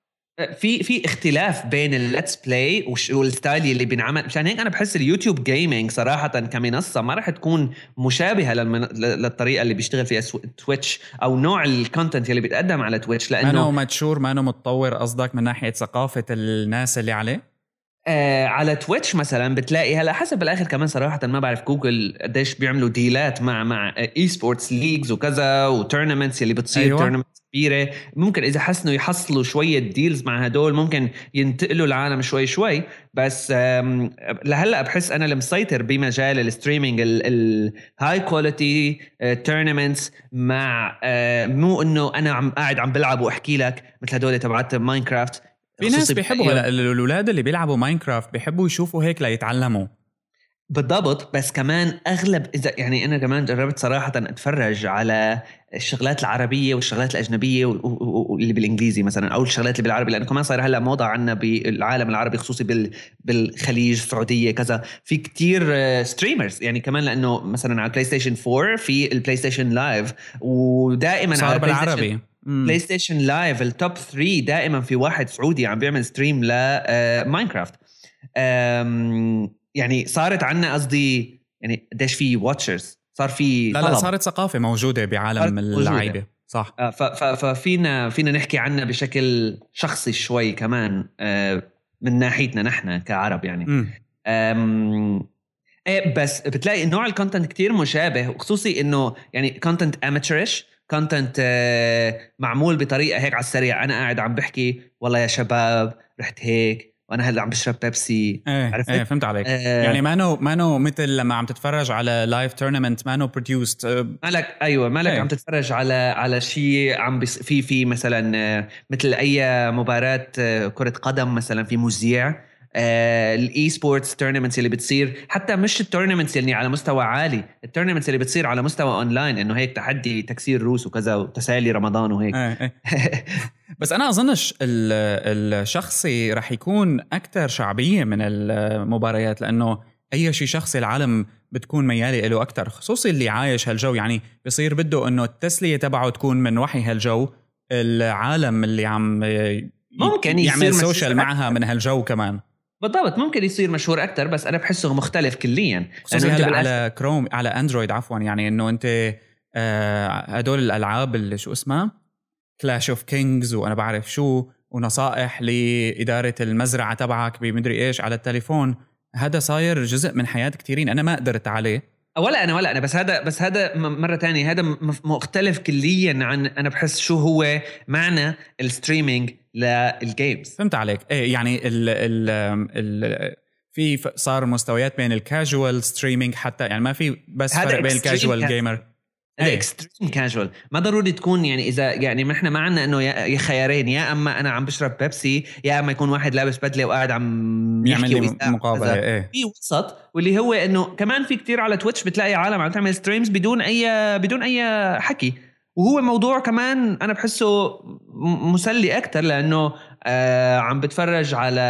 في في اختلاف بين الليتس بلاي والستايل اللي بينعمل. مشان هيك انا بحس اليوتيوب جيمينج صراحه كمنصه ما راح تكون مشابهه للمن... للطريقه اللي بيشتغل فيها تويتش او نوع الكونتنت اللي بيتقدم على تويتش، لانه ما انه متشور ما انه متطور. قصدك من ناحيه ثقافه الناس اللي عليه؟ آه على تويتش مثلا بتلاقي هلا حسب بالاخر كمان صراحه ما بعرف جوجل قديش بيعملوا ديلات مع مع اي سبورتس ليجز وكذا وتورنمنتس اللي بتصير. أيوة. تورنمنتس كبيره ممكن اذا حسنوا يحصلوا شويه ديلز مع هدول ممكن ينتقلوا العالم شوي شوي. بس لهلا بحس انا المسيطر بمجال الستريمينج الهاي كواليتي تورنمنتس، مع آه مو انه انا عم قاعد عم بلعب واحكي لك مثل هدول تبعت ماينكرافت. في ناس بيحبوا الأولاد اللي بيلعبوا ماينكرافت بيحبوا يشوفوا هيك ليتعلموا. بالضبط. بس كمان أغلب إذا يعني أنا كمان جربت صراحة أتفرج على الشغلات العربية والشغلات الأجنبية واللي بالإنجليزي مثلا، أو الشغلات اللي بالعربي، لأنه كمان صار هلأ موضة عنا بالعالم العربي خصوصي بالخليج السعودية كذا. في كتير ستريمرز يعني كمان، لأنه مثلا على البلاي ستيشن فور في البلاي ستيشن لايف، ودائما صار على بالعربي بلاي ستيشن لايف التوب ثري دائما في واحد سعودي عم بيعمل ستريم لماينكرافت. يعني صارت عنا قصدي يعني قديش في واتشرز، صار في لا طلب. لا صارت ثقافة موجودة بعالم اللعيبة، صح. ففينا فينا نحكي عنها بشكل شخصي شوي كمان من ناحيتنا نحن كعرب يعني. ايه بس بتلاقي نوع الكونتنت كتير مشابه، وخصوصي انه يعني كونتنت اماتوريش، كونتنت معمول بطريقة هيك على السريع. انا قاعد عم بحكي والله يا شباب رحت هيك وانا هلا عم بشرب بيبسي. ايه عرفت؟ ايه فهمت عليك. آه يعني ما نو ما نو مثل لما عم تتفرج على لايف تورنمنت ما نو بروديوست. مالك ايوه مالك ايه. عم تتفرج على على شيء عم بس في في مثلا مثل اي مباراة كرة قدم مثلا في مذيع الاي سبورتس تورنمنتس اللي بتصير، حتى مش التورنمنتس اللي على مستوى عالي، التورنمنتس اللي بتصير على مستوى اونلاين، انه هيك تحدي تكسير روس وكذا وتسالي رمضان وهيك. بس انا اظنش الشخصي رح يكون اكثر شعبيه من المباريات، لانه اي شيء شخصي العالم بتكون ميالي له اكثر، خصوصي اللي عايش هالجو. يعني بصير بده انه التسليه تبعه تكون من وحي هالجو. العالم اللي عم ممكن يعمل سوشيال معها من هالجو كمان. بالضبط، ممكن يصير مشهور أكتر، بس أنا بحسه مختلف كليا. خصوصي هلا على كروم، على أندرويد عفوا، يعني إنه أنت هدول الألعاب اللي شو اسمها كلاش اوف كينجز وأنا بعرف شو، ونصائح لإدارة المزرعة تبعك بمدري إيش على التليفون، هذا صاير جزء من حياة كتيرين. أنا ما قدرت عليه ولا أنا ولا أنا بس هذا بس هذا مرة تانية هذا مختلف كليا عن، أنا بحس شو هو معنى الستريمينج للجيمز. فهمت عليك. إيه يعني ال ال ال في صار مستويات بين الكاجوال ستريمينج حتى، يعني ما في بس فرق بين الكاجوال جيمر. الاكستريم كاجوال ما ضروري تكون، يعني اذا يعني ما احنا ما عندنا انه يا خيارين، يا اما انا عم بشرب بيبسي، يا اما يكون واحد لابس بدله وقاعد عم يحكي مقابله. ايه في وسط، واللي هو انه كمان في كتير على تويتش بتلاقي عالم عم تعمل ستريمز بدون اي بدون اي حكي، وهو موضوع كمان انا بحسه مسلي اكتر، لانه آه عم بتفرج على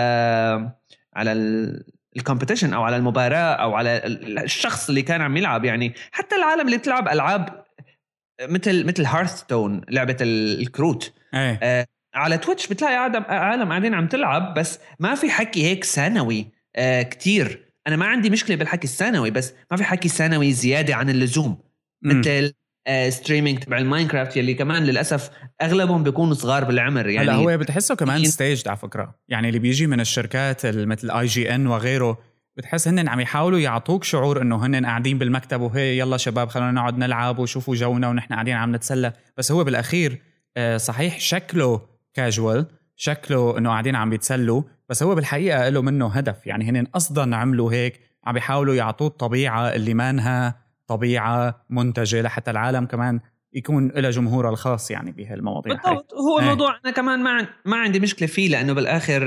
على ال الكومبيتيشن او على المباراه او على الشخص اللي كان عم يلعب. يعني حتى العالم اللي بتلعب العاب مثل مثل هارثستون، لعبه الكروت، أيه. آه على تويتش بتلاقي عالم قاعدين عم تلعب، بس ما في حكي هيك ثانوي آه كتير. انا ما عندي مشكله بالحكي الثانوي، بس ما في حكي ثانوي زياده عن اللزوم. مثل آه ستريمينج تبع الماينكرافت يلي كمان للاسف اغلبهم بيكونوا صغار بالعمر. يعني هلا هو بتحسه كمان ستيج على فكره، يعني اللي بيجي من الشركات مثل اي جي ان وغيره، بتحس هن عم يحاولوا يعطوك شعور انه هن قاعدين بالمكتب وهي يلا شباب خلونا نقعد نلعب وشوفوا جونا ونحن قاعدين عم نتسلى، بس هو بالاخير صحيح شكله كاجوال، شكله انه قاعدين عم بيتسلوا، بس هو بالحقيقه له منه هدف. يعني هن قصدا عملوا هيك، عم بيحاولوا يعطوه الطبيعه اللي مانها طبيعه منتجه، لحتى العالم كمان يكون له جمهوره الخاص يعني بهالمواضيع. بالضبط، هو الموضوع ايه. انا كمان ما ما عندي مشكله فيه، لانه بالاخر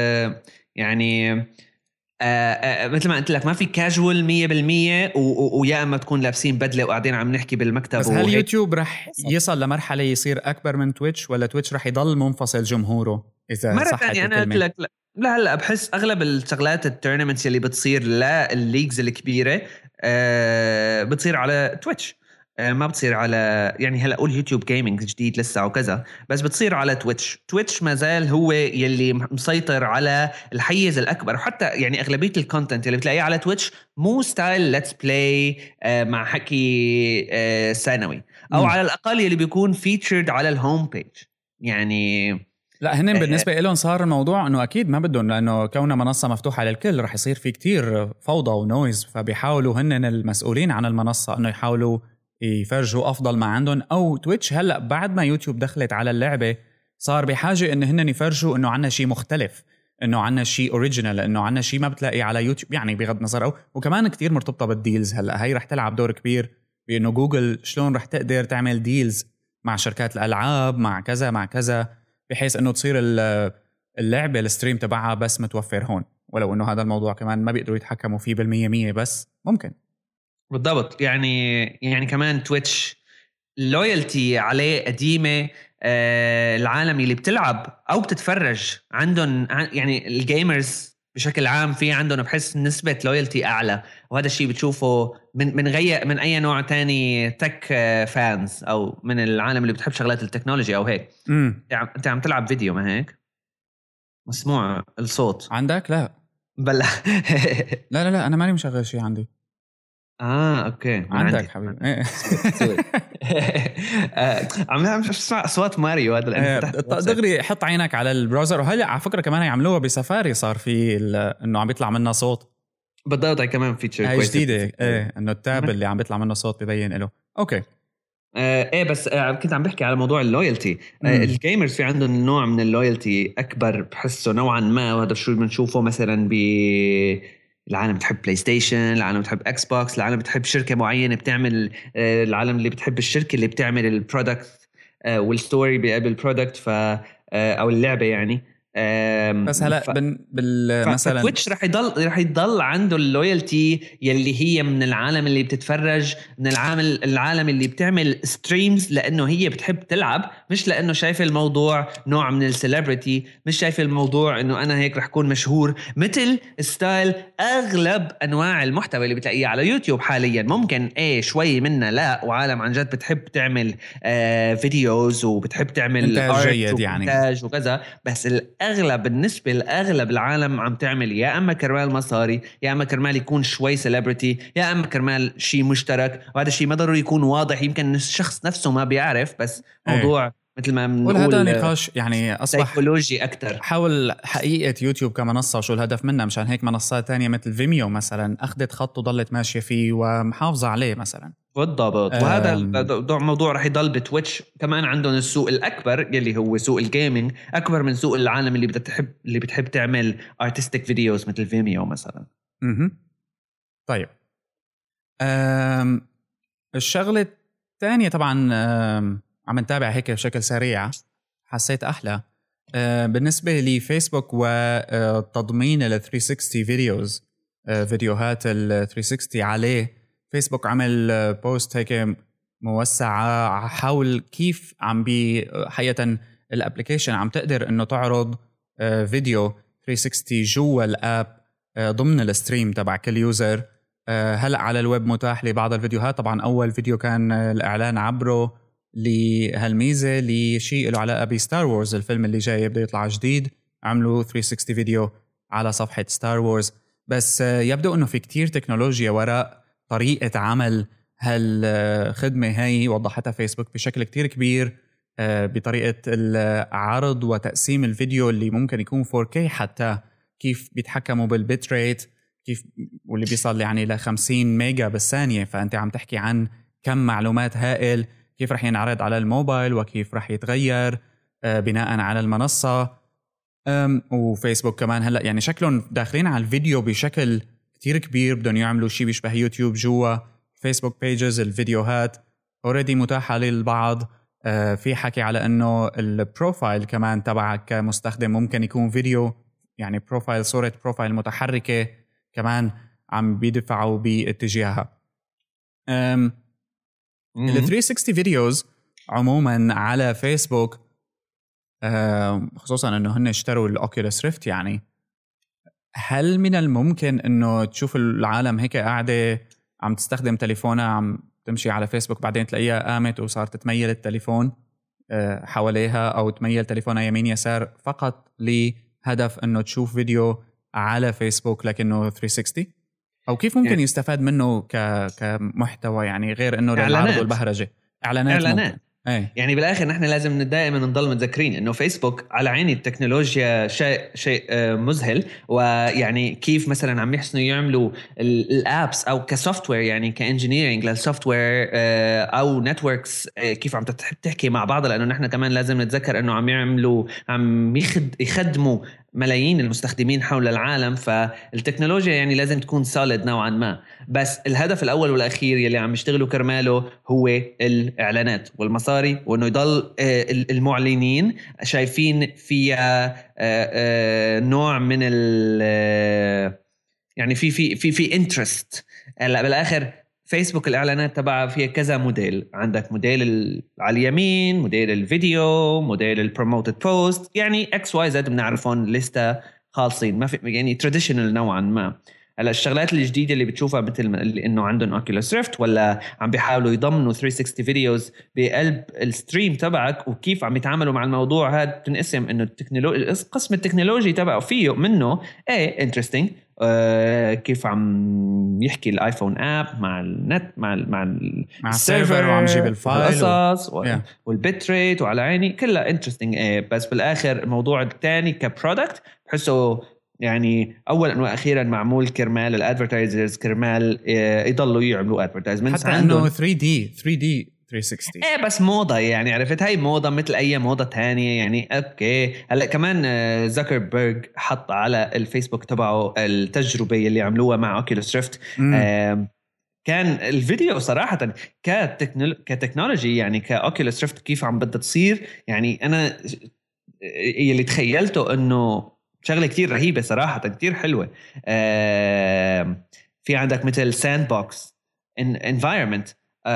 يعني آه آه مثل ما قلت لك ما في كاجوال مية بالمية، ويا اما تكون لابسين بدله وقاعدين عم نحكي بالمكتب. بس هل يوتيوب رح يصل لمرحله يصير اكبر من تويتش، ولا تويتش رح يضل منفصل جمهوره اذا مرة صحت ثانية؟ انا قلت لك لا, لا هلا بحس اغلب الشغلات التورنمنتس اللي بتصير للليجز الكبيره آه بتصير على تويتش، ما بتصير على يعني هلا اقول يوتيوب جيمنج جديد لسه وكذا، بس بتصير على تويتش. تويتش ما زال هو يلي مسيطر على الحيز الاكبر، وحتى يعني اغلبيه الكونتنت اللي بتلاقيه على تويتش مو ستايل ليتس بلاي مع حكي ثانوي، او م. على الاقل يلي بيكون فيتشرد على الهوم بيج. يعني لا هن بالنسبه لهم صار الموضوع انه اكيد ما بدهم، لانه كونها منصه مفتوحه للكل رح يصير في كتير فوضى ونويز، فبيحاولوا هن المسؤولين عن المنصه انه يحاولوا يفرجوا أفضل ما عندهم. أو تويتش هلأ بعد ما يوتيوب دخلت على اللعبة صار بحاجة إن هن يفرجوا إنه عنا شيء مختلف، إنه عنا شيء أوريجينال، إنه عنا شيء ما بتلاقي على يوتيوب، يعني بغض النظر. أو وكمان كتير مرتبطة بالديلز. هلأ هاي رح تلعب دور كبير بإنه جوجل شلون رح تقدر تعمل ديلز مع شركات الألعاب، مع كذا مع كذا، بحيث إنه تصير اللعبة الستريم تبعها بس متوفر هون، ولو إنه هذا الموضوع كمان ما بيقدروا يتحكموا فيه بالمية مية، بس ممكن. بالضبط. يعني يعني كمان تويتش اللويالتي عليه قديمة. آه العالم اللي بتلعب أو بتتفرج عندهم، يعني الجيمرز بشكل عام في عندهم بحس نسبة لويالتي أعلى، وهذا الشيء بتشوفه من من غير من أي نوع تاني تك فانز أو من العالم اللي بتحب شغلات التكنولوجيا أو هيك. امم أنت عم تلعب فيديو ما هيك مسموع الصوت عندك؟ لا بلا لا لا لا أنا ماني مشغل شيء عندي. اه اوكي عندك حبيبي. عم اسمع اصوات ماريو هذا لانه دغري حط عينك على البراوزر. وهلا على فكره كمان يعملوها بسفاري، صار في انه عم بيطلع منها صوت. بالضبط هي كمان فيتشر كويس جديده، ايه انه التاب اللي عم بيطلع منه صوت ببين له. اوكي آه ايه بس آه كنت عم بحكي على موضوع اللويالتي. آه الجيمرز في عندهم نوع من اللويالتي اكبر بحسه نوعا ما، وهذا شو بنشوفه مثلا ب العالم بتحب بلاي ستيشن، العالم بتحب اكس بوكس، العالم بتحب شركه معينه بتعمل، العالم اللي بتحب الشركه اللي بتعمل البرودكت والستوري بالبرودكت ف او اللعبه يعني. بس هلا ف... بال مثلا تويتش رح يضل رح يضل عنده اللويالتي يلي هي من العالم اللي بتتفرج، من العالم العالم اللي بتعمل ستريمز، لانه هي بتحب تلعب، مش لانه شايف الموضوع نوع من السيلبرتي، مش شايف الموضوع انه انا هيك رح اكون مشهور مثل ستايل اغلب انواع المحتوى اللي بتلاقيه على يوتيوب حاليا. ممكن ايه شوي منا لا، وعالم عن جد بتحب تعمل آه فيديوز وبتحب تعمل انتاج جيد يعني وكذا، بس الاغلب بالنسبه لاغلب العالم عم تعمل يا اما كرمال مصاري، يا اما كرمال يكون شوي سيلبرتي، يا اما كرمال شيء مشترك. وهذا الشيء ما ضروري يكون واضح، يمكن الشخص نفسه ما بيعرف، بس موضوع ايه. مثل ما بنقول هذا نقاش يعني اصبح سيكولوجي اكثر حول حقيقه يوتيوب كمنصه وشو الهدف منها. مشان هيك منصات تانية مثل فيميو مثلا اخذت خط وضلت ماشيه فيه ومحافظه عليه مثلا. بالضبط. وهذا الموضوع رح يضل بتويتش كمان. عندهم السوق الأكبر يلي هو سوق الجيمينج، أكبر من سوق العالم اللي بتحب اللي بتحب تعمل artistic videos مثل فيميو مثلا. اها طيب أم... الشغلة الثانية طبعا عم نتابع هيك بشكل سريع، حسيت أحلى أه بالنسبة لي فيسبوك وتضمين ال ثلاثمية وستين فيديوز، أه فيديوهات ال ثلاثمية وستين عليه. فيسبوك عمل بوست هيك موسعة حول كيف عم بي حقيقة الابليكيشن عم تقدر انه تعرض فيديو ثلاثمية وستين جوا الاب ضمن الستريم تبع كل يوزر. هلأ على الويب متاح لبعض الفيديوهات. طبعا اول فيديو كان الاعلان عبره لهالميزة لشيء له علاقة بستار وورز، الفيلم اللي جاي بده يطلع جديد، عملوا ثلاثمية وستين فيديو على صفحة ستار وورز. بس يبدو انه في كتير تكنولوجيا وراء طريقة عمل هالخدمة هاي، وضحتها فيسبوك بشكل كتير كبير بطريقة العرض وتقسيم الفيديو اللي ممكن يكون فور كي، حتى كيف بيتحكموا بالبيت ريت، كيف واللي بيصل يعني ل خمسين ميجا بالثانية. فأنت عم تحكي عن كم معلومات هائل، كيف رح ينعرض على الموبايل وكيف رح يتغير بناء على المنصة. وفيسبوك كمان هلأ يعني شكلهم داخلين على الفيديو بشكل كتير كبير، بدهم يعملوا شيء بيشبه يوتيوب جوا فيسبوك بيجز. الفيديوهات اوريدي متاحة للبعض. آه في حكي على انه البروفايل كمان تبعك كمستخدم ممكن يكون فيديو، يعني بروفايل، صورة بروفايل متحركة كمان عم بيدفعوا باتجاهها. ال ثلاثمية وستين فيديوز عموما على فيسبوك، آه خصوصا انه هن اشتروا الاوكيولوس ريفت، يعني هل من الممكن انه تشوف العالم هيك قاعدة عم تستخدم تليفونها عم تمشي على فيسبوك، بعدين تلاقيها قامت وصارت تميل التليفون حواليها او تميل تليفونها يمين يسار فقط لهدف انه تشوف فيديو على فيسبوك لكنه ثلاثمية وستين؟ او كيف ممكن يعني يستفاد منه ك كمحتوى، يعني غير انه للعرض والبهرجه؟ اعلانات, إعلانات. ممكن. أي. يعني بالاخر نحن لازم دائما نضل متذكرين انه فيسبوك على عيني التكنولوجيا شيء شيء مذهل، ويعني كيف مثلا عم يحسنوا يعملوا الابس او كسوفت وير، يعني كانجينيرنج للسوفت وير او نتوركس، كيف عم تحكي مع بعض، لانه نحن كمان لازم نتذكر انه عم يعملوا عم يخد يخدموا ملايين المستخدمين حول العالم. فالتكنولوجيا يعني لازم تكون سوليد نوعا ما، بس الهدف الأول والأخير يلي عم يشتغلوا كرماله هو الإعلانات والمصاري، وأنه يضل المعلنين شايفين فيها نوع من ال يعني في في في في انترست. هلا بالاخر فيسبوك الاعلانات تبعها فيها كذا موديل، عندك موديل على اليمين، موديل الفيديو، موديل البروموتد بوست، يعني اكس واي زد بنعرفهم لسه خالصين، ما في يعني تراديشنال نوعا ما. هلا الشغلات الجديده اللي بتشوفها مثل انه عندهم اوكيولوس ريفت، ولا عم بيحاولوا يضمنوا ثلاثمية وستين فيديوز بقلب الستريم تبعك، وكيف عم يتعاملوا مع الموضوع هذا. بتنقسم انه التكنولوجيا، قسم التكنولوجي تبعه فيه منه ايه انترستينج، آه كيف عم يحكي الايفون اب مع النت مع ال مع ال مع السيرفر، وعم يجيب الفايل والقصص و... yeah. والبيت ريت وعلى عيني كلها انترستينج ايه. بس بالاخر الموضوع الثاني كبرودكت بحسه يعني اولا واخيرا معمول كرمال الادفرتايزرز، كرمال يضلوا يعملوا ادفرتايزمنتس، حتى انه ثري دي ثري دي ثلاثمية وستين ايه بس موضه، يعني عرفت هاي موضه مثل اي موضه تانية. يعني اوكي هلا كمان زكربيرج حط على الفيسبوك تبعه التجربه اللي عملوها مع اوكيولوس ريفت. كان الفيديو صراحه كتكنولوجي يعني كاوكيولوس ريفت كيف عم بدها تصير، يعني انا اللي تخيلته انه شغله كتير رهيبه صراحه، كتير حلوه. في عندك مثل ساند بوكس انفايرمنت،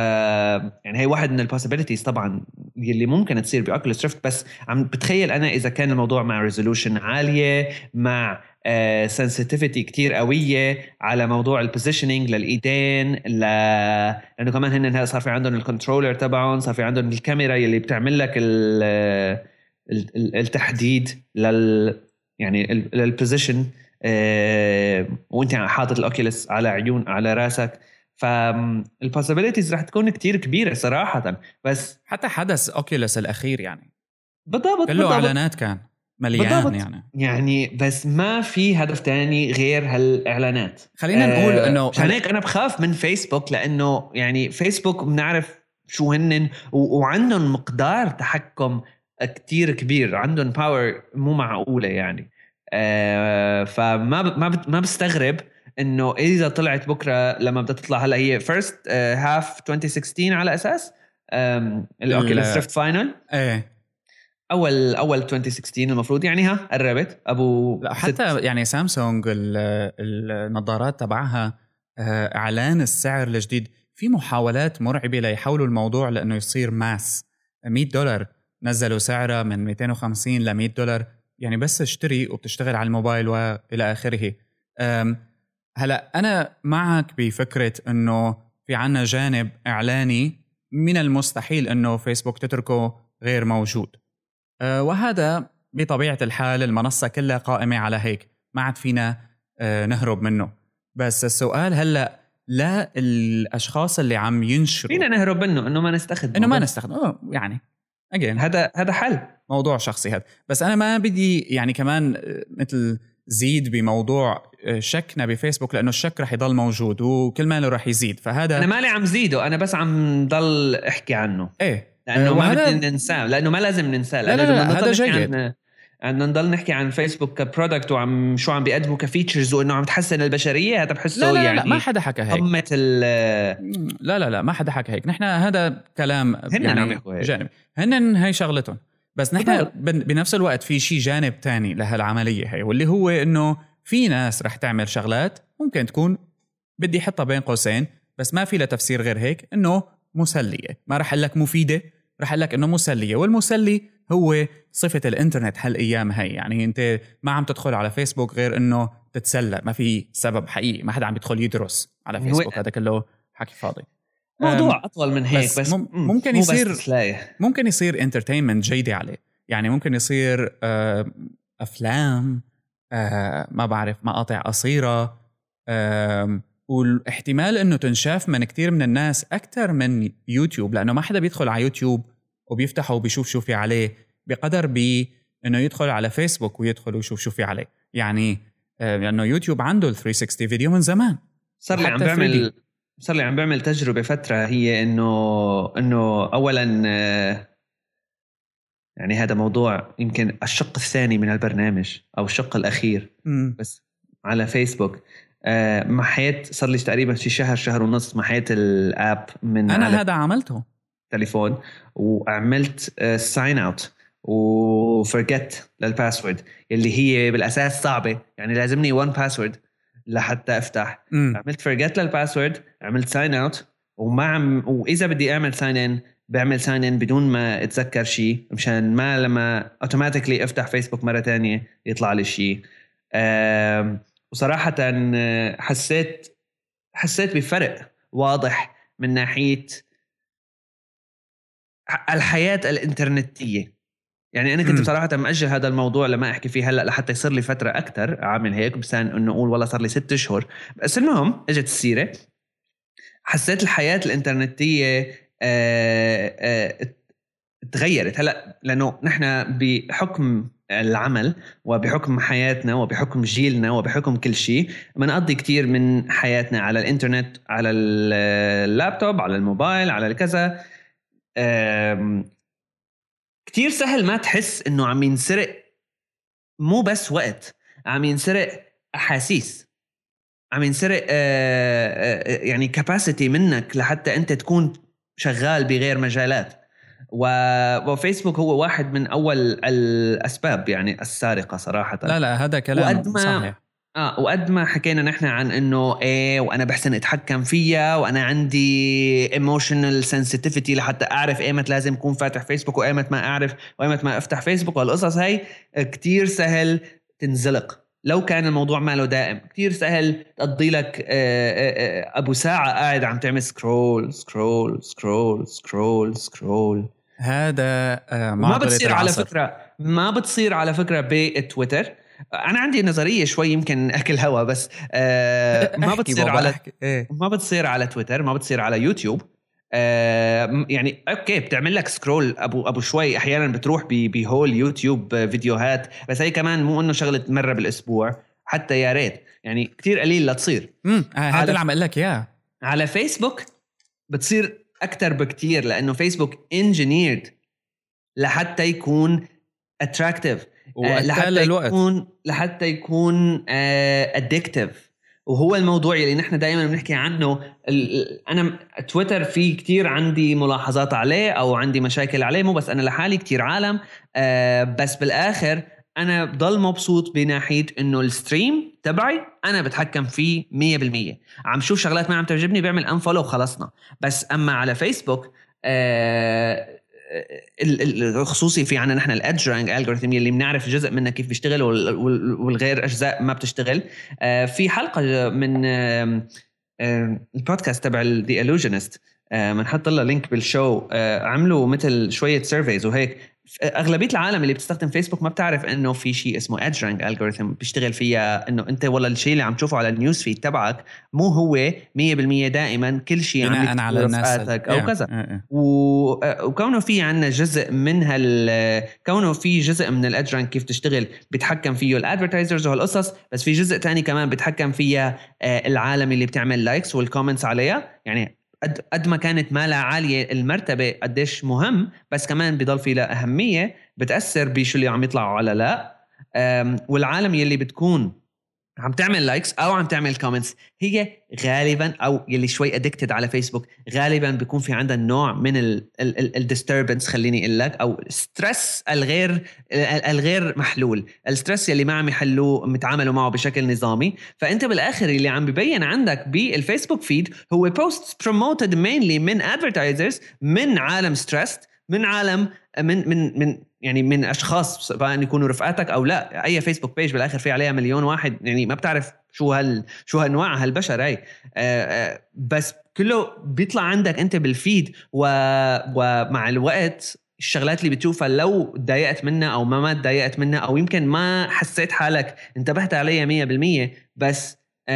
يعني هي واحد من البوسيبيليتيز طبعا اللي ممكن تصير باوكيولوس ريفت. بس عم بتخيل انا اذا كان الموضوع مع ريزولوشن عاليه، مع سنسيتيفيتي كتير قويه على موضوع البوزيشننج للايدين، ل... لانه كمان هن صار في عندهم الكنترولر تبعهم، صار في عندهم الكاميرا اللي بتعمل لك ال... التحديد لل يعني للبوزيشن، أه... وانت حاطط الاوكيولوس على عيون على راسك. فالبوسيبيليتيز رح تكون كتير كبيرة صراحة. بس حتى حدث اوكيولوس الاخير يعني بالضبط كله بالضبط. اعلانات كان مليان بالضبط. يعني يعني بس ما في هدف تاني غير هالاعلانات. خلينا نقول آه انه عشان هيك انا بخاف من فيسبوك، لانه يعني فيسبوك بنعرف شو هنن و- وعندهم مقدار تحكم كتير كبير، عندهم باور مو معقولة يعني. آه فما ب- ما ب- ما بستغرب انه اذا طلعت بكره لما بدها تطلع هلا هي فيرست هاف ألفين وستة عشر على اساس الاوكيولوس ريفت فاينل. ايه اول اول ألفين وستة عشر المفروض، يعني ها قربت ابو لا حتى ست. يعني سامسونج ال- النظارات تبعها آه، اعلان السعر الجديد، في محاولات مرعبه ليحولوا الموضوع لانه يصير ماس. مية دولار نزلوا سعرها من مئتين وخمسين ل مية دولار، يعني بس اشتري وبتشتغل على الموبايل والى اخره. أم، هلا انا معك بفكره انه في عنا جانب اعلاني من المستحيل انه فيسبوك تتركه غير موجود، أه، وهذا بطبيعة الحال المنصة كلها قائمة على هيك، ما عاد فينا أه نهرب منه. بس السؤال هلأ لا الأشخاص اللي عم ينشروا فينا نهرب منه انه ما نستخدمه، إنه ما بس. نستخدمه يعني أجين هذا هذا حل موضوع شخصي هذا. بس أنا ما بدي يعني كمان آه، مثل زيد بموضوع آه، شكنا بفيسبوك، لأنه الشك رح يضل موجود وكل ما له رح يزيد. فهذا انا مالي عم زيده، انا بس عم ضل احكي عنه إيه لانه أه، ما وهذا بدي ننساه، لانه ما لازم ننساه، لا لانه لا اذا لا, بدنا لا هذا نضل نحكي جيد. عن بدنا نضل نحكي عن فيسبوك كبرودكت وعم شو عم بيقدموا كفيتشرز وانه عم تحسن البشريه، هذا بحسه لا لا لا, يعني لا ما حدا حكى هيك. قمه ال لا لا لا ما حدا حكى هيك. نحن هذا كلام هن يعني عم يحكوا هيك. جانب، هن هي شغلتهم. بس نحن بالضبط. بن- بنفس الوقت في شيء جانب تاني لهالعملية هي، واللي هو انه في ناس رح تعمل شغلات ممكن تكون بدي احطها بين قوسين بس ما في لها تفسير غير هيك، انه مسلية. ما رح اقول لك مفيدة، رح اقول لك انه مسلية. والمسلي هو صفة الانترنت هالايام هي، يعني انت ما عم تدخل على فيسبوك غير انه تتسلى، ما في سبب حقيقي، ما حدا عم يدخل يدرس على فيسبوك، هذا كله حكي فاضي. موضوع اطول من هيك، بس, بس مم ممكن مو يصير بس تسلاية. ممكن يصير انترتينمنت جيدة عليه، يعني ممكن يصير آه أفلام، آه ما بعرف مقاطع قصيرة، آه والاحتمال أنه تنشاف من كتير من الناس أكتر من يوتيوب، لأنه ما حدا بيدخل على يوتيوب وبيفتحه وبيشوف شو في عليه بقدر بأنه يدخل على فيسبوك ويدخل ويشوف شو في عليه. يعني آه لأنه يوتيوب عنده ال ثلاثمية وستين فيديو من زمان، صار لي عم بعمل صار لي عم بعمل تجربة فترة، هي إنه إنه أولاً يعني هذا موضوع يمكن الشق الثاني من البرنامج أو الشق الأخير م. بس على فيسبوك. آه محيت صار لي تقريباً في شهر شهر ونص محيت الآب من أنا على هذا عملته تليفون، وعملت ساين اوت وفرجت للباسورد اللي هي بالأساس صعبة، يعني لازمني وان باسورد لحتى افتح. م. عملت فرجت للباسورد، عملت ساين اوت، وما عم واذا بدي اعمل ساين ان بعمل ساين ان بدون ما اتذكر شيء، مشان ما لما اوتوماتيكلي افتح فيسبوك مره تانية يطلع لي شيء. وصراحه حسيت حسيت بفرق واضح من ناحيه الحياه الانترنتيه. يعني انا كنت م. بصراحه مأجل هذا الموضوع لما احكي فيه هلا لحتى يصير لي فتره اكثر عامل هيك، بس انه اقول والله صار لي ست اشهر. بس المهم اجت السيره، حسيت الحياه الانترنتيه آه آه تغيرت هلا، لانه نحن بحكم العمل وبحكم حياتنا وبحكم جيلنا وبحكم كل شيء بنقضي كتير من حياتنا على الانترنت، على اللابتوب، على الموبايل، على الكذا. كتير سهل ما تحس انه عم ينسرق، مو بس وقت، عم ينسرق احاسيس، عم ينسرق آه آه يعني كاباسيتي منك لحتى انت تكون شغال بغير مجالات. وفيسبوك هو واحد من أول الأسباب يعني السارقة صراحة. لا لا هذا كلام صحيح. اه وقد ما حكينا نحن عن انه ايه وانا بحسن اتحكم فيها وانا عندي emotional sensitivity لحتى اعرف ايمت لازم اكون فاتح فيسبوك وايمت ما اعرف وايمت ما افتح فيسبوك، والقصص هاي كتير سهل تنزلق لو كان الموضوع ماله دائم. كتير سهل تقضي لك ابو ساعة قاعد عم تعمل سكرول سكرول سكرول سكرول سكرول. هذا ما بتصير على فكرة ما بتصير على فكرة بتويتر. أنا عندي نظرية شوي يمكن أكل هوا بس آه ما بتصير على إيه؟ ما بتصير على تويتر، ما بتصير على يوتيوب. آه يعني أوكي بتعمل لك سكرول أبو أبو شوي أحيانا بتروح بهول يوتيوب فيديوهات، بس هي كمان مو إنه شغلة مرة بالأسبوع حتى، يا ريت يعني كتير قليل لا تصير. امم هذا اللي عم أقول لك إياه. على فيسبوك بتصير أكتر بكتير لأنه فيسبوك engineered لحتى يكون attractive لحتى يكون لحتى يكون addictive. وهو الموضوع اللي نحن دائما بنحكي عنه. أنا تويتر فيه كتير عندي ملاحظات عليه أو عندي مشاكل عليه، مو بس أنا لحالي كتير عالم، بس بالآخر أنا بضل مبسوط بناحية إنه الستريم تبعي أنا بتحكم فيه مية بالمية. عم شوف شغلات ما عم تعجبني بعمل أنفولو وخلصنا. بس أما على فيسبوك آه الخصوصي في عنا نحن الادج رانك الجوريثم اللي بنعرف جزء منها كيف بيشتغل والغير اجزاء ما بتشتغل. في حلقه من البودكاست تبع The Illusionist بنحط لها لينك بالشو، عملوا مثل شويه سيرفيز وهيك. اغلبيه العالم اللي بتستخدم فيسبوك ما بتعرف انه في شيء اسمه ادج رانك الجوريثم بيشتغل فيها، انه انت والله الشيء اللي عم تشوفه على النيوز فيد تبعك مو هو مية بالمية دائما كل شيء عم على رفقاتك او كذا. وكونه في عنا جزء من هال كونه في جزء من الادج رانك كيف تشتغل بيتحكم فيه الادفرتايزرز وهالقصص، بس في جزء تاني كمان بيتحكم فيها العالم اللي بتعمل لايكس والكومنتس عليها. يعني قد قد ما كانت مالها عالية المرتبة قديش مهم، بس كمان بيضل في لها أهمية بتأثر بشو اللي عم يطلعوا على لا. والعالم يلي بتكون عم تعمل لايكس أو عم تعمل كومنتس هي غالبا أو يلي شوي أدكتد على فيسبوك غالبا بيكون في عندها نوع من الديستربنس، خليني أقول لك، أو ستريس الغير الغير محلول، الستريس يلي ما عم يحلوه متعاملوا معه بشكل نظامي. فأنت بالآخر اللي عم ببين عندك بالفيسبوك فيد هو بوست promoted mainly من advertisers، من عالم ستريس، من عالم من من من يعني من اشخاص سواء يكونوا رفقاتك او لا. اي فيسبوك بيج بالاخر في عليها مليون واحد، يعني ما بتعرف شو هال شو انواع هالبشر هاي. آه بس كله بيطلع عندك انت بالفيد، و ومع الوقت الشغلات اللي بتشوفها لو تضايقت منها او ما ما تضايقت منها او يمكن ما حسيت حالك انتبهت عليها مية بالمية، بس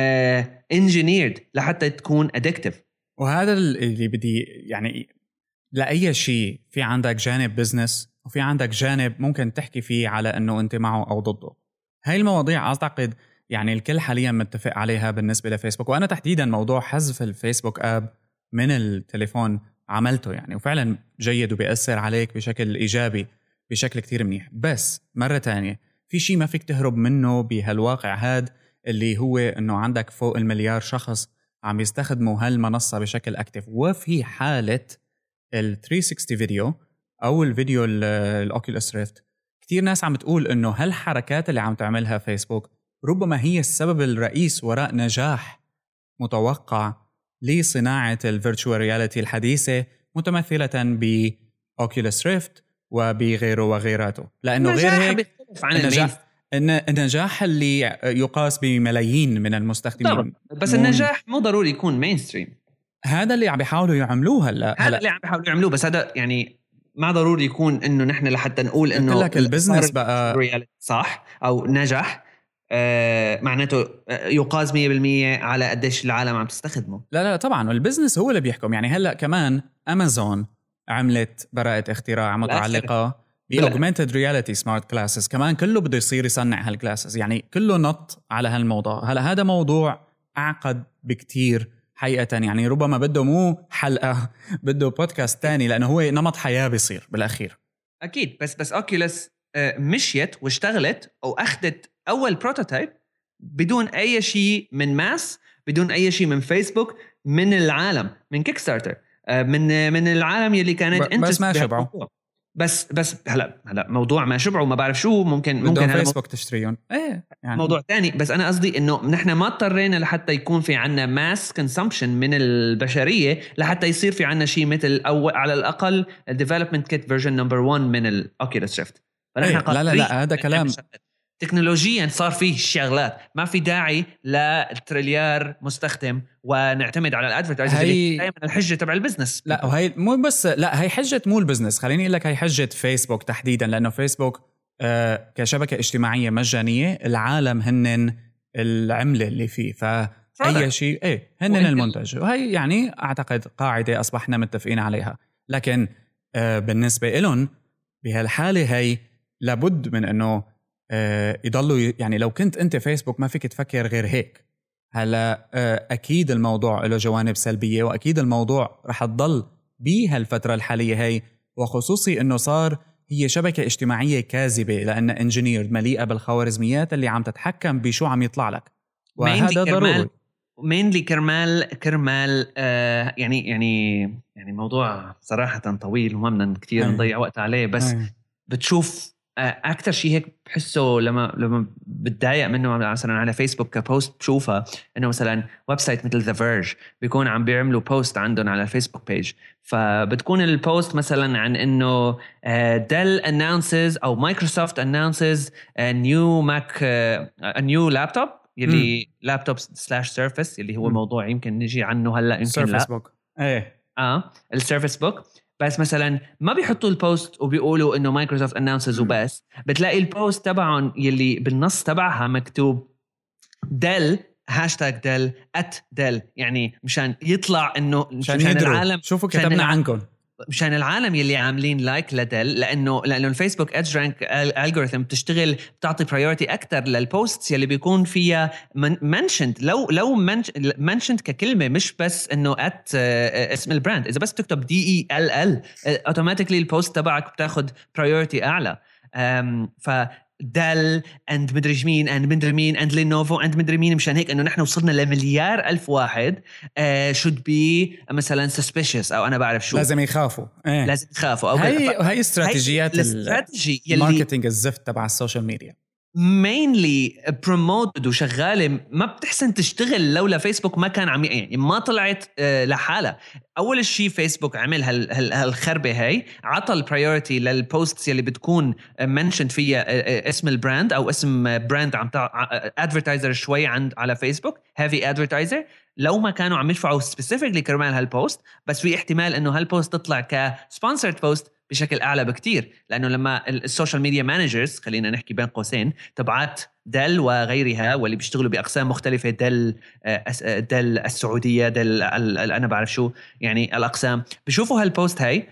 آه engineered لحتى تكون addictive. وهذا اللي بدي يعني لأي شيء في عندك جانب بزنس وفي عندك جانب ممكن تحكي فيه على أنه أنت معه أو ضده. هاي المواضيع أعتقد يعني الكل حاليا متفق عليها بالنسبة لفيسبوك، وأنا تحديدا موضوع حذف الفيسبوك آب من التليفون عملته يعني وفعلا جيد وبيأثر عليك بشكل إيجابي بشكل كتير منيح. بس مرة تانية في شيء ما فيك تهرب منه بهالواقع هاد اللي هو أنه عندك فوق المليار شخص عم يستخدموا هالمنصة بشكل أكتف. وفي حالة ال ثلاثمية وستين فيديو أو الفيديو الأوكيولوس ريفت كتير ناس عم تقول إنه هالحركات اللي عم تعملها فيسبوك ربما هي السبب الرئيس وراء نجاح متوقع لصناعة الفيرتشوال رياليتي الحديثة متمثلة بأوكيولوس ريفت وبغيره وغيراته. لأنه غير هيك النجاح, النجاح اللي يقاس بملايين من المستخدمين طبعا. بس النجاح مو ضروري يكون مينستريم. هذا اللي عم بيحاولوا يعملوه هلا هذا اللي عم بيحاولوا يعملوه، بس هذا يعني ما ضروري يكون انه نحن لحتى نقول انه لك البزنس بقى صح او نجح آه معناته يقاس مية بالمية على قديش العالم عم تستخدمه. لا لا طبعا والبزنس هو اللي بيحكم. يعني هلا كمان امازون عملت براءة اختراع متعلقة باوجمانتد رياليتي سمارت كلاسز، كمان كله بده يصير يصنع هالكلاسز، يعني كله نط على هالموضوع. هلا هذا موضوع اعقد بكتير حقيقة، يعني ربما بده مو حلقة بده بودكاست تاني لأنه هو نمط حياة بيصير بالأخير. أكيد. بس بس أوكيولوس مشيت واشتغلت أو أخذت أول بروتوتايب بدون أي شيء من ماس، بدون أي شيء من فيسبوك، من العالم، من كيك ستارتر. من من العالم يلي كانت انت بس ما شبعوا. بس بس هلا هلا موضوع ما شبعوا ما بعرف شو ممكن ممكن فيسبوك تشتريهم ايه يعني موضوع تاني. بس انا قصدي انه نحن ما اضطرينا لحتى يكون في عنا ماس كونسومشن من البشريه لحتى يصير في عنا شيء مثل او على الاقل الديفلوبمنت كيت فيرجن نمبر واحد من الاوكيولوس ريفت. إيه لا لا لا هذا كلام تكنولوجيا صار فيه الشغلات ما في داعي للتريليار مستخدم ونعتمد على الادفرتايزرز اللي دائما الحجه تبع البزنس. لا وهي مو بس لا هي حجه مو البزنس. خليني اقول لك هي حجه فيسبوك تحديدا لانه فيسبوك آه كشبكه اجتماعيه مجانيه العالم هنن العمله اللي فيه فاي شيء ايه هنن المنتج. وهي يعني اعتقد قاعده اصبحنا متفقين عليها. لكن آه بالنسبه لهم بهالحاله هي لابد من انه آه يضلوا يعني لو كنت انت فيسبوك ما فيك تفكر غير هيك. هلا آه اكيد الموضوع له جوانب سلبيه واكيد الموضوع رح تضل بهالفتره الحاليه هي وخصوصي انه صار هي شبكه اجتماعيه كاذبه لان انجينير مليئه بالخوارزميات اللي عم تتحكم بشو عم يطلع لك وهذا ضروري. مينلي كرمال كرمال آه يعني يعني يعني موضوع صراحه طويل وما بدنا كثير نضيع وقت عليه. بس أي. بتشوف أكتر شيء هيك بحسه لما لما بتضايق منه مثلا على فيسبوك كبوست بشوفها إنه مثلا ويب سايت مثل The Verge بيكون عم بيعملوا بوست عندهم على الفيسبوك بيج فبتكون البوست مثلا عن إنه Dell announces أو Microsoft announces a new Mac a new laptop يلي لابتوب سلاش سيرفس اللي هو م. موضوع يمكن نجي عنه هلا يمكن سيرفس بوك ايه اه السيرفس بوك. بس مثلا ما بيحطوا البوست وبيقولوا انه مايكروسوفت اناونسز وبس. بتلاقي البوست تبعهم يلي بالنص تبعها مكتوب ديل هاشتاج ديل ات ديل يعني مشان يطلع انه مشان, مشان العالم شوفوا كتبنا عنكم مشان العالم يلي عاملين لايك لدل لانه لانه الفيسبوك ادج رانك الجوريثم بتشتغل بتعطي برايورتي اكثر للبوستس يلي بيكون فيها منشند لو لو منشند ككلمه مش بس انه ات اسم البراند. اذا بس تكتب دي اي ال ال اوتوماتيكلي البوست تبعك بتاخذ برايورتي اعلى. ف دل اند مدري مين اند مدري مين اند لينوفو اند مدري مين. مشان هيك انه نحن وصلنا لمليار الف واحد شود بي مثلا suspicious او انا بعرف شو لازم يخافوا ايه. لازم يخافوا او هي ف... هي استراتيجيات الماركتينج الزفت تبع السوشيال ميديا mainly promoted وشغالة ما بتحسن تشتغل لولا فيسبوك ما كان عم يعني ما طلعت لحالها. أول شيء فيسبوك عمل هالخربة هاي عطى البريوريتي للبوستس يلي بتكون منشن فيها اسم البراند أو اسم براند عم تع advertiser شوي عند على فيسبوك heavy advertiser. لو ما كانوا عم يدفعوا specifically كرمال هالبوست بس في احتمال إنه هالبوست تطلع كسبونسرد بوست بشكل أعلى بكتير لأنه لما السوشيال ميديا مانجرز خلينا نحكي بين قوسين تبعات دل وغيرها واللي بيشتغلوا بأقسام مختلفة دل دل السعودية دل أنا بعرف شو يعني الأقسام بيشوفوا هالبوست هاي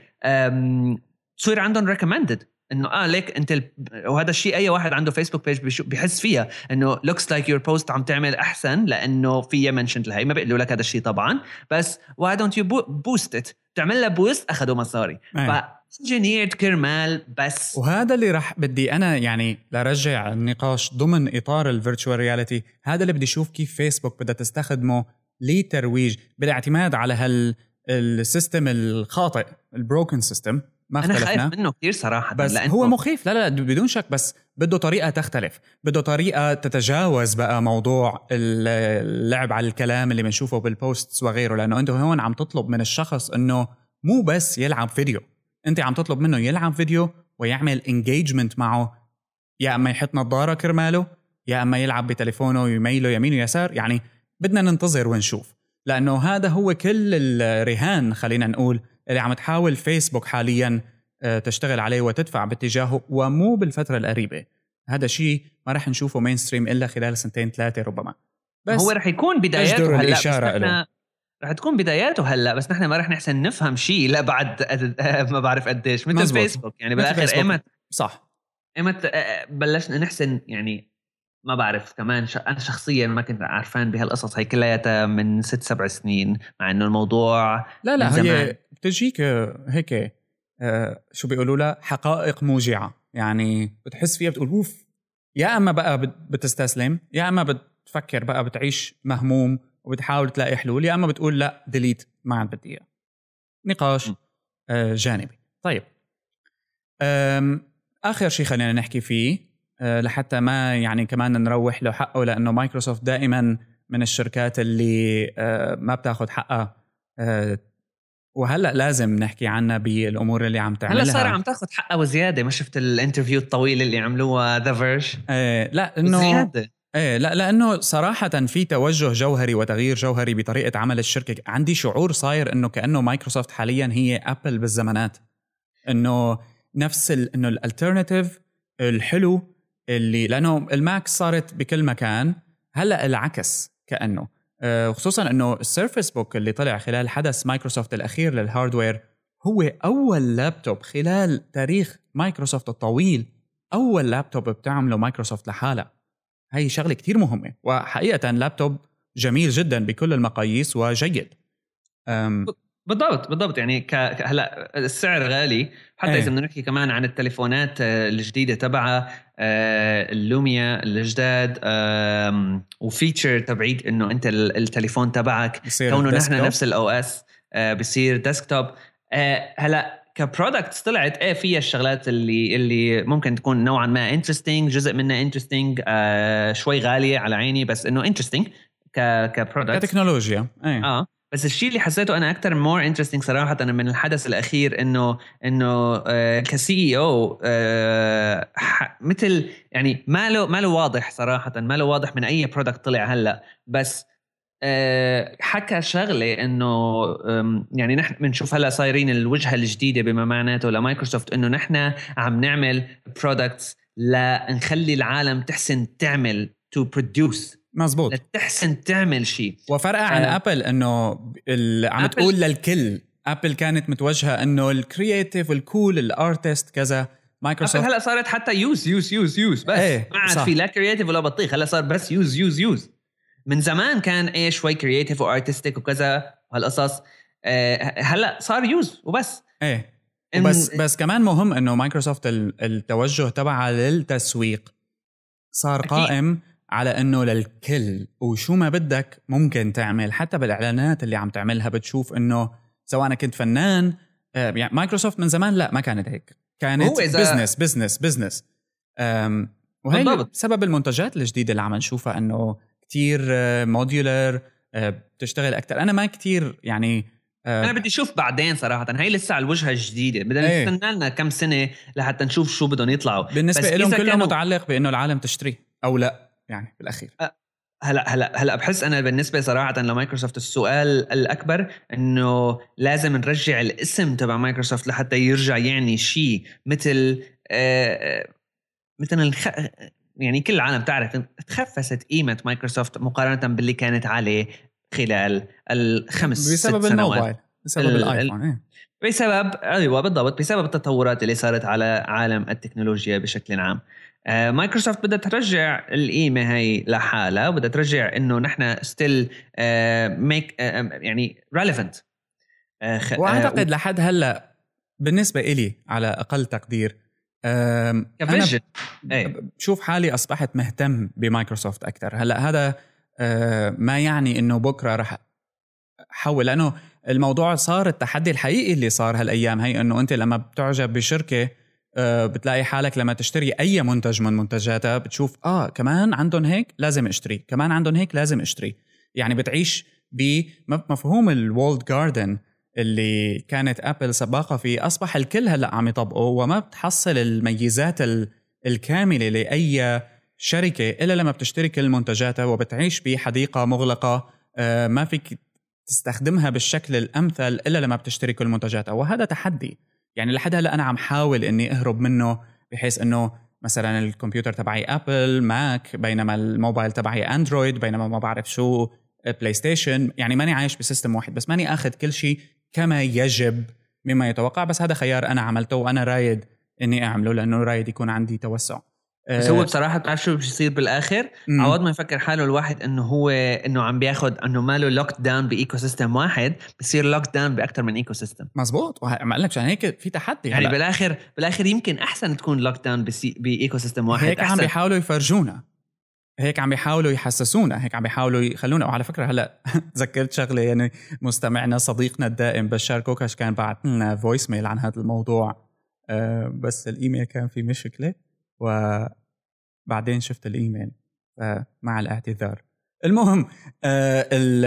تصير عندهم recommended إنه آه ليك أنت ال... وهذا الشيء أي واحد عنده فيسبوك بيج بيحس فيها إنه looks like your post عم تعمل أحسن لأنه فيها mentioned لهي. ما بيقولوا لك هذا الشيء طبعا بس why don't you boost it تعمل له boost أخذوا مصاري ف انجينيرد كرمال بس. وهذا اللي رح بدي أنا يعني لرجع النقاش ضمن إطار الفيرتشوال رياليتي. هذا اللي بدي أشوف كيف فيسبوك بدها تستخدمه لترويج بالاعتماد على هال السيستم الخاطئ البروكن سيستم. ما اختلفنا أنا خايف منه كتير صراحة بس هو مخيف. لا لا بدون شك بس بده طريقة تختلف بده طريقة تتجاوز بقى موضوع اللعب على الكلام اللي بنشوفه بالبوستس وغيره. لأنه أنت هون عم تطلب من الشخص أنه مو بس يلعب فيديو انت عم تطلب منه يلعب فيديو ويعمل انجيجمنت معه يا اما يحط نظاره كرماله يا اما يلعب بتليفونه ويميله يمين ويسار. يعني بدنا ننتظر ونشوف لانه هذا هو كل الرهان خلينا نقول اللي عم تحاول فيسبوك حاليا تشتغل عليه وتدفع باتجاهه ومو بالفتره القريبه. هذا شيء ما رح نشوفه مين ستريم الا خلال سنتين ثلاثه ربما. بس هو رح يكون بداياته هلا رح تكون بداياته هلا بس نحن ما رح نحسن نفهم شيء لا بعد ما بعرف قديش مثل مزبوط. فيسبوك يعني بالاخر ايمت صح ايمت بلشنا نحسن يعني ما بعرف كمان ش... انا شخصيا ما كنت عارفان بهالقصص هي كلها من ست سبع سنين مع انه الموضوع لا لا هي بتجيك هيك آه شو بيقولوا لها حقائق موجعه يعني بتحس فيها بتقول اوف يا اما بقى بتستسلم يا اما بتفكر بقى بتعيش مهموم وبتحاول تلاقي حلول يا اما بتقول لا ديليت ما عاد بدي اياه. نقاش آه جانبي. طيب آخر شيء خلينا نحكي فيه آه لحتى ما يعني كمان نروح له حقه، لأنه مايكروسوفت دائما من الشركات اللي آه ما بتاخد حقها آه وهلأ لازم نحكي عنها بالأمور اللي عم تعملها. هلأ صار عم تاخد حقها وزيادة. ما شفت الانترفيو الطويل اللي عملوها ذا فيرج؟ آه لا إنه زيادة. ايه لا لانه صراحه في توجه جوهري وتغيير جوهري بطريقه عمل الشركه. عندي شعور صاير انه كانه مايكروسوفت حاليا هي ابل بالزمانات، انه نفس ال انه الالترناتيف الحلو اللي لانه الماك صارت بكل مكان. هلا العكس كانه آه خصوصا انه السيرفس بوك اللي طلع خلال حدث مايكروسوفت الاخير للهاردوير هو اول لابتوب خلال تاريخ مايكروسوفت الطويل، اول لابتوب بتعمله مايكروسوفت لحالها. هاي شغلة كتير مهمة، وحقيقة لابتوب جميل جدا بكل المقاييس وجيد. بالضبط بالضبط يعني ك... هلا السعر غالي حتى ايه. اذا بدنا نحكي كمان عن التليفونات الجديده تبعها اللوميا الجداد وفيتشر تبعيد انه انت التليفون تبعك كونه نحن نفس الاو اس بصير ديسكتوب. هلا كبرودكتس طلعت ايه فيها الشغلات اللي اللي ممكن تكون نوعا ما انترستينج، جزء منها انترستينج آه شوي غاليه على عيني بس انه انترستينج ك كبرودكت كتكنولوجيا ايه. اه بس الشيء اللي حسيته انا اكثر مور انترستينج صراحه أنا من الحدث الاخير انه انه آه كسي اي او آه مثل يعني ما له ما له واضح صراحه ما له واضح من اي برودكت طلع هلا، بس أه حكى شغله انه يعني نحن بنشوف هلا صايرين الوجهه الجديده بما معناته لمايكروسوفت انه نحن عم نعمل برودكتس لنخلي العالم تحسن تعمل تو برودوس. مزبوط، تحسن تعمل شيء. وفرق عن أه ابل انه عم تقول للكل. ابل كانت متوجهه انه الكرياتيف والكول الارتست كذا. مايكروسوفت هلا صارت حتى يوز يوز يوز يوز بس ايه ما عاد في لا كرياتيف ولا بطيخ. هلا صار بس يوز يوز يوز. من زمان كان ايه شوي كرياتيف وارتستيك وكذا هالقصص. أه هلا صار يوز وبس. ايه بس بس كمان مهم انه مايكروسوفت التوجه تبعها للتسويق صار أكيد. قائم على انه للكل وشو ما بدك ممكن تعمل. حتى بالاعلانات اللي عم تعملها بتشوف انه سواء كنت فنان آه يعني مايكروسوفت من زمان لا ما كانت هيك، كانت بزنس بزنس بزنس. وهي سبب المنتجات الجديدة اللي عم نشوفها انه كتير موديولر بتشتغل أكتر. أنا ما كتير يعني أنا بدي أشوف بعدين صراحة. هاي لسه على الوجهة الجديدة بدنا ايه. نستنى لنا كم سنة لحتى نشوف شو بدهم يطلعوا. بالنسبة لهم كله كانوا... متعلق بأنه العالم تشتري أو لا يعني بالأخير. هلا هلا هلا بحس أنا بالنسبة صراحة لمايكروسوفت السؤال الأكبر إنه لازم نرجع الاسم تبع مايكروسوفت لحتى يرجع يعني شيء مثل آه مثل الخ... يعني كل العالم تعرف تخفست قيمة مايكروسوفت مقارنة باللي كانت عليه خلال الخمس بسبب ست سنوات. الموبايل بسبب ال... الايفون ايه. بسبب ايوه بالضبط بسبب التطورات اللي صارت على عالم التكنولوجيا بشكل عام. آه مايكروسوفت بدها ترجع القيمة هاي لحالها وبدها ترجع انه نحن ستيل ميك يعني relevant. آه خ... واعتقد آه و... لحد هلا بالنسبة إلي على اقل تقدير أنا بشوف حالي أصبحت مهتم بمايكروسوفت أكتر. هلأ هذا ما يعني إنه بكرة رح حول، لأنه الموضوع صار التحدي الحقيقي اللي صار هالأيام هي إنه أنت لما بتعجب بشركة بتلاقي حالك لما تشتري أي منتج من منتجاتها بتشوف آه كمان عندهم هيك لازم اشتري، كمان عندهم هيك لازم اشتري. يعني بتعيش بمفهوم الوولد جاردن اللي كانت أبل سباقة فيه، أصبح الكل هلأ عم يطبقه وما بتحصل الميزات الكاملة لأي شركة إلا لما بتشتري كل منتجاتها وبتعيش بحديقة مغلقة ما فيك تستخدمها بالشكل الأمثل إلا لما بتشتري كل منتجاتها. وهذا تحدي يعني لحد هلأ أنا عم حاول إني أهرب منه، بحيث إنه مثلا الكمبيوتر تبعي أبل ماك بينما الموبايل تبعي أندرويد بينما ما بعرف شو بلاي ستيشن. يعني ماني عايش بسيستم واحد، بس ماني أخذ كل شيء كما يجب مما يتوقع. بس هذا خيار أنا عملته وأنا رايد إني أعمله لأنه رايد يكون عندي توسع. بس هو بصراحة بتعرف شو بيصير بالآخر؟ عوض ما يفكر حاله الواحد إنه هو إنه عم بياخد إنه ماله لوك داون بإيكو سيستم واحد، بيصير لوك داون بأكتر من إيكو سيستم. مزبوط، وما قلنا عشان هيك في تحدي يعني هلأ. بالآخر بالآخر يمكن أحسن تكون لوك داون بإيكو سيستم واحد. هيك عم بيحاولوا يفرجونا هيك عم بيحاولوا يحسسونا، هيك عم بيحاولوا يخلونا. وعلى فكرة هلأ ذكرت شغلة، يعني مستمعنا صديقنا الدائم بشار كوكاش كان بعت لنا فويس ميل عن هذا الموضوع، أه بس الإيميل كان فيه مشكلة وبعدين شفت الإيميل مع الاعتذار. المهم أه ال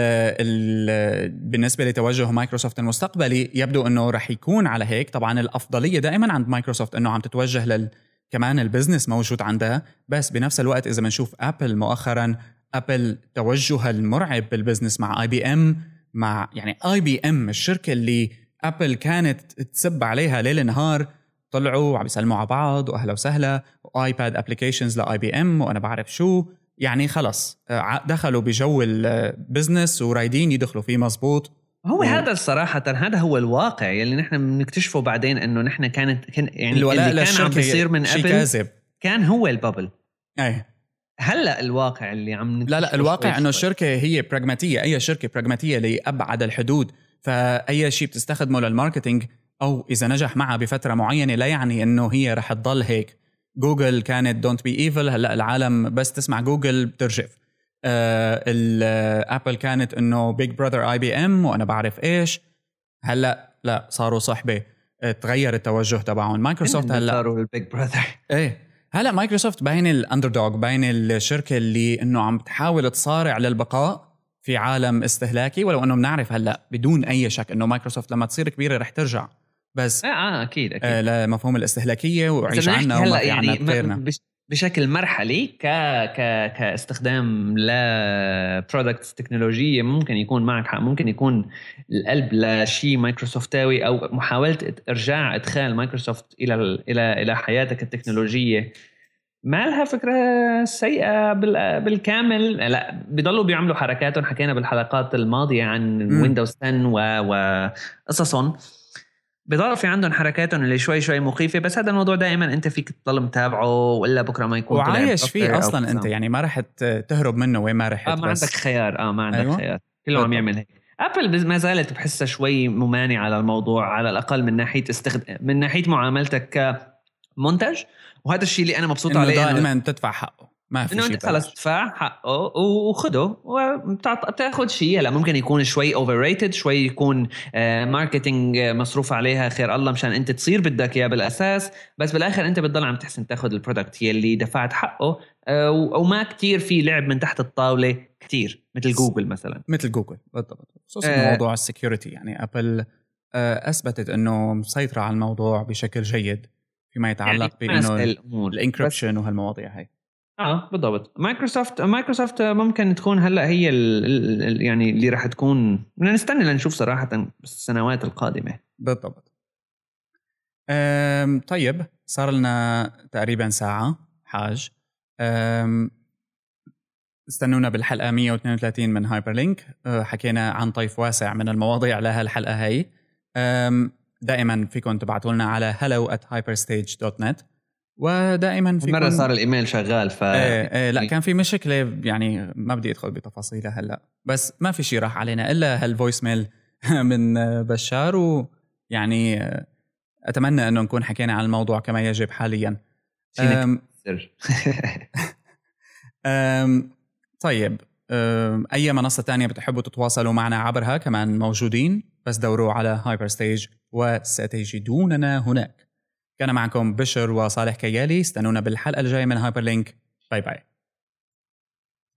ال بالنسبة لتوجه مايكروسوفت المستقبلي يبدو أنه رح يكون على هيك. طبعا الأفضلية دائما عند مايكروسوفت أنه عم تتوجه لل كمان البزنس موجود عندها، بس بنفس الوقت إذا بنشوف أبل مؤخراً، أبل توجه المرعب بالبزنس مع آي بي إم، مع يعني آي بي إم الشركة اللي أبل كانت تسب عليها ليل نهار، طلعوا وعم يسلموا على بعض وأهلا وسهلا، وآيباد أبليكيشنز لآي بي إم وأنا بعرف شو، يعني خلص دخلوا بجو البزنس ورايدين يدخلوا فيه مزبوط. هو و... هذا الصراحة هذا هو الواقع يلي نحن بنكتشفه بعدين، انه نحن كانت كان يعني الولاء اللي كان عم بيصير من قبل كاذب. كان هو البابل. اي هلا الواقع اللي عم لا لا الواقع انه الشركة هي براغماتية، اي شركة براغماتية لأبعد الحدود، فاي شيء بتستخدمه للماركتينج او اذا نجح معها بفترة معينة لا يعني انه هي رح تضل هيك. جوجل كانت دونت بي ايفل، هلا العالم بس تسمع جوجل بترجف. آه الابل كانت انه بيج براذر اي بي ام وانا بعرف ايش، هلا لا صاروا صحبه، تغير التوجه تبعهم. مايكروسوفت هلا صاروا البيج براذر. ايه هلا مايكروسوفت باين الاندردوغ، باين الشركه اللي انه عم تحاول تصارع للبقاء في عالم استهلاكي، ولو انه بنعرف هلا بدون اي شك انه مايكروسوفت لما تصير كبيره رح ترجع، بس اه, آه اكيد اكيد آه لمفهوم الاستهلاكيه وعيش عنا وما في عنا غيرنا بشكل مرحلي ك ك كاستخدام لبرودكتس تكنولوجيه. ممكن يكون معك حق، ممكن يكون القلب لشيء مايكروسوفتاوي او محاوله ارجاع ادخال مايكروسوفت الى الى الى حياتك التكنولوجيه. ما لها فكره سيئه بالكامل، لا بيضلوا بيعملوا حركاتهم. حكينا بالحلقات الماضيه عن ويندوز عشرة وقصصهم، بضل في عندهم حركاتهم اللي شوي شوي مخيفة، بس هذا الموضوع دائما انت فيك تضل متابعه ولا بكره ما يكون وعايش فيه اصلا انت، يعني ما رح تهرب منه وين ما رحت. آه ما بس عندك خيار، اه ما عندك أيوة. خيار، كله عم يعمل هيك. ابل ما زالت بحسها شوي ممانعة على الموضوع، على الاقل من ناحية استخد... من ناحية معاملتك كمنتج، وهذا الشيء اللي انا مبسوط عليه، دائما إنه... تدفع حقه، ما في شيء خلص تدفع حقه وخده وبتاخذ شيء. هلا ممكن يكون شوي اوفر ريتد، شوي يكون آه ماركتينج مصروف عليها خير الله مشان انت تصير بدك اياه بالاساس، بس بالاخر انت بتضل عم تحسن تاخذ البرودكت يلي دفعت حقه. آه وما كتير في لعب من تحت الطاوله كتير مثل جوجل مثلا، مثل جوجل بالضبط، خصوصا آه موضوع السكيورتي. يعني ابل آه اثبتت انه مسيطره على الموضوع بشكل جيد فيما يتعلق يعني بانه الانكريبشن وهالمواضيع هاي. اه بالضبط. مايكروسوفت مايكروسوفت ممكن تكون هلا هي ال ال يعني اللي راح تكون، بدنا نستنى لنشوف صراحه بالسنوات القادمه. بالضبط. طيب صار لنا تقريبا ساعه حاج، استنونا بالحلقه مية واثنين وثلاثين من هايبر لينك. حكينا عن طيف واسع من المواضيع لهالحلقه هاي. دائما فيكم تبعتوا لنا على hello at hyperstage dot net، ودائما في مرة صار الإيميل شغال ف ايه ايه لا كان في مشكلة، يعني ما بدي أدخل بتفاصيلها هلا، بس ما في شيء راح علينا إلا هالفويس ميل من بشار، ويعني أتمنى أنه نكون حكينا عن الموضوع كما يجب حاليا. أم أم طيب أم أي منصة تانية بتحبوا تتواصلوا معنا عبرها كمان موجودين، بس دوروا على هايبر ستيج وستجدوننا هناك. كان معكم بشر وصالح كيالي، استنونا بالحلقة الجاية من هايبر لينك. باي باي.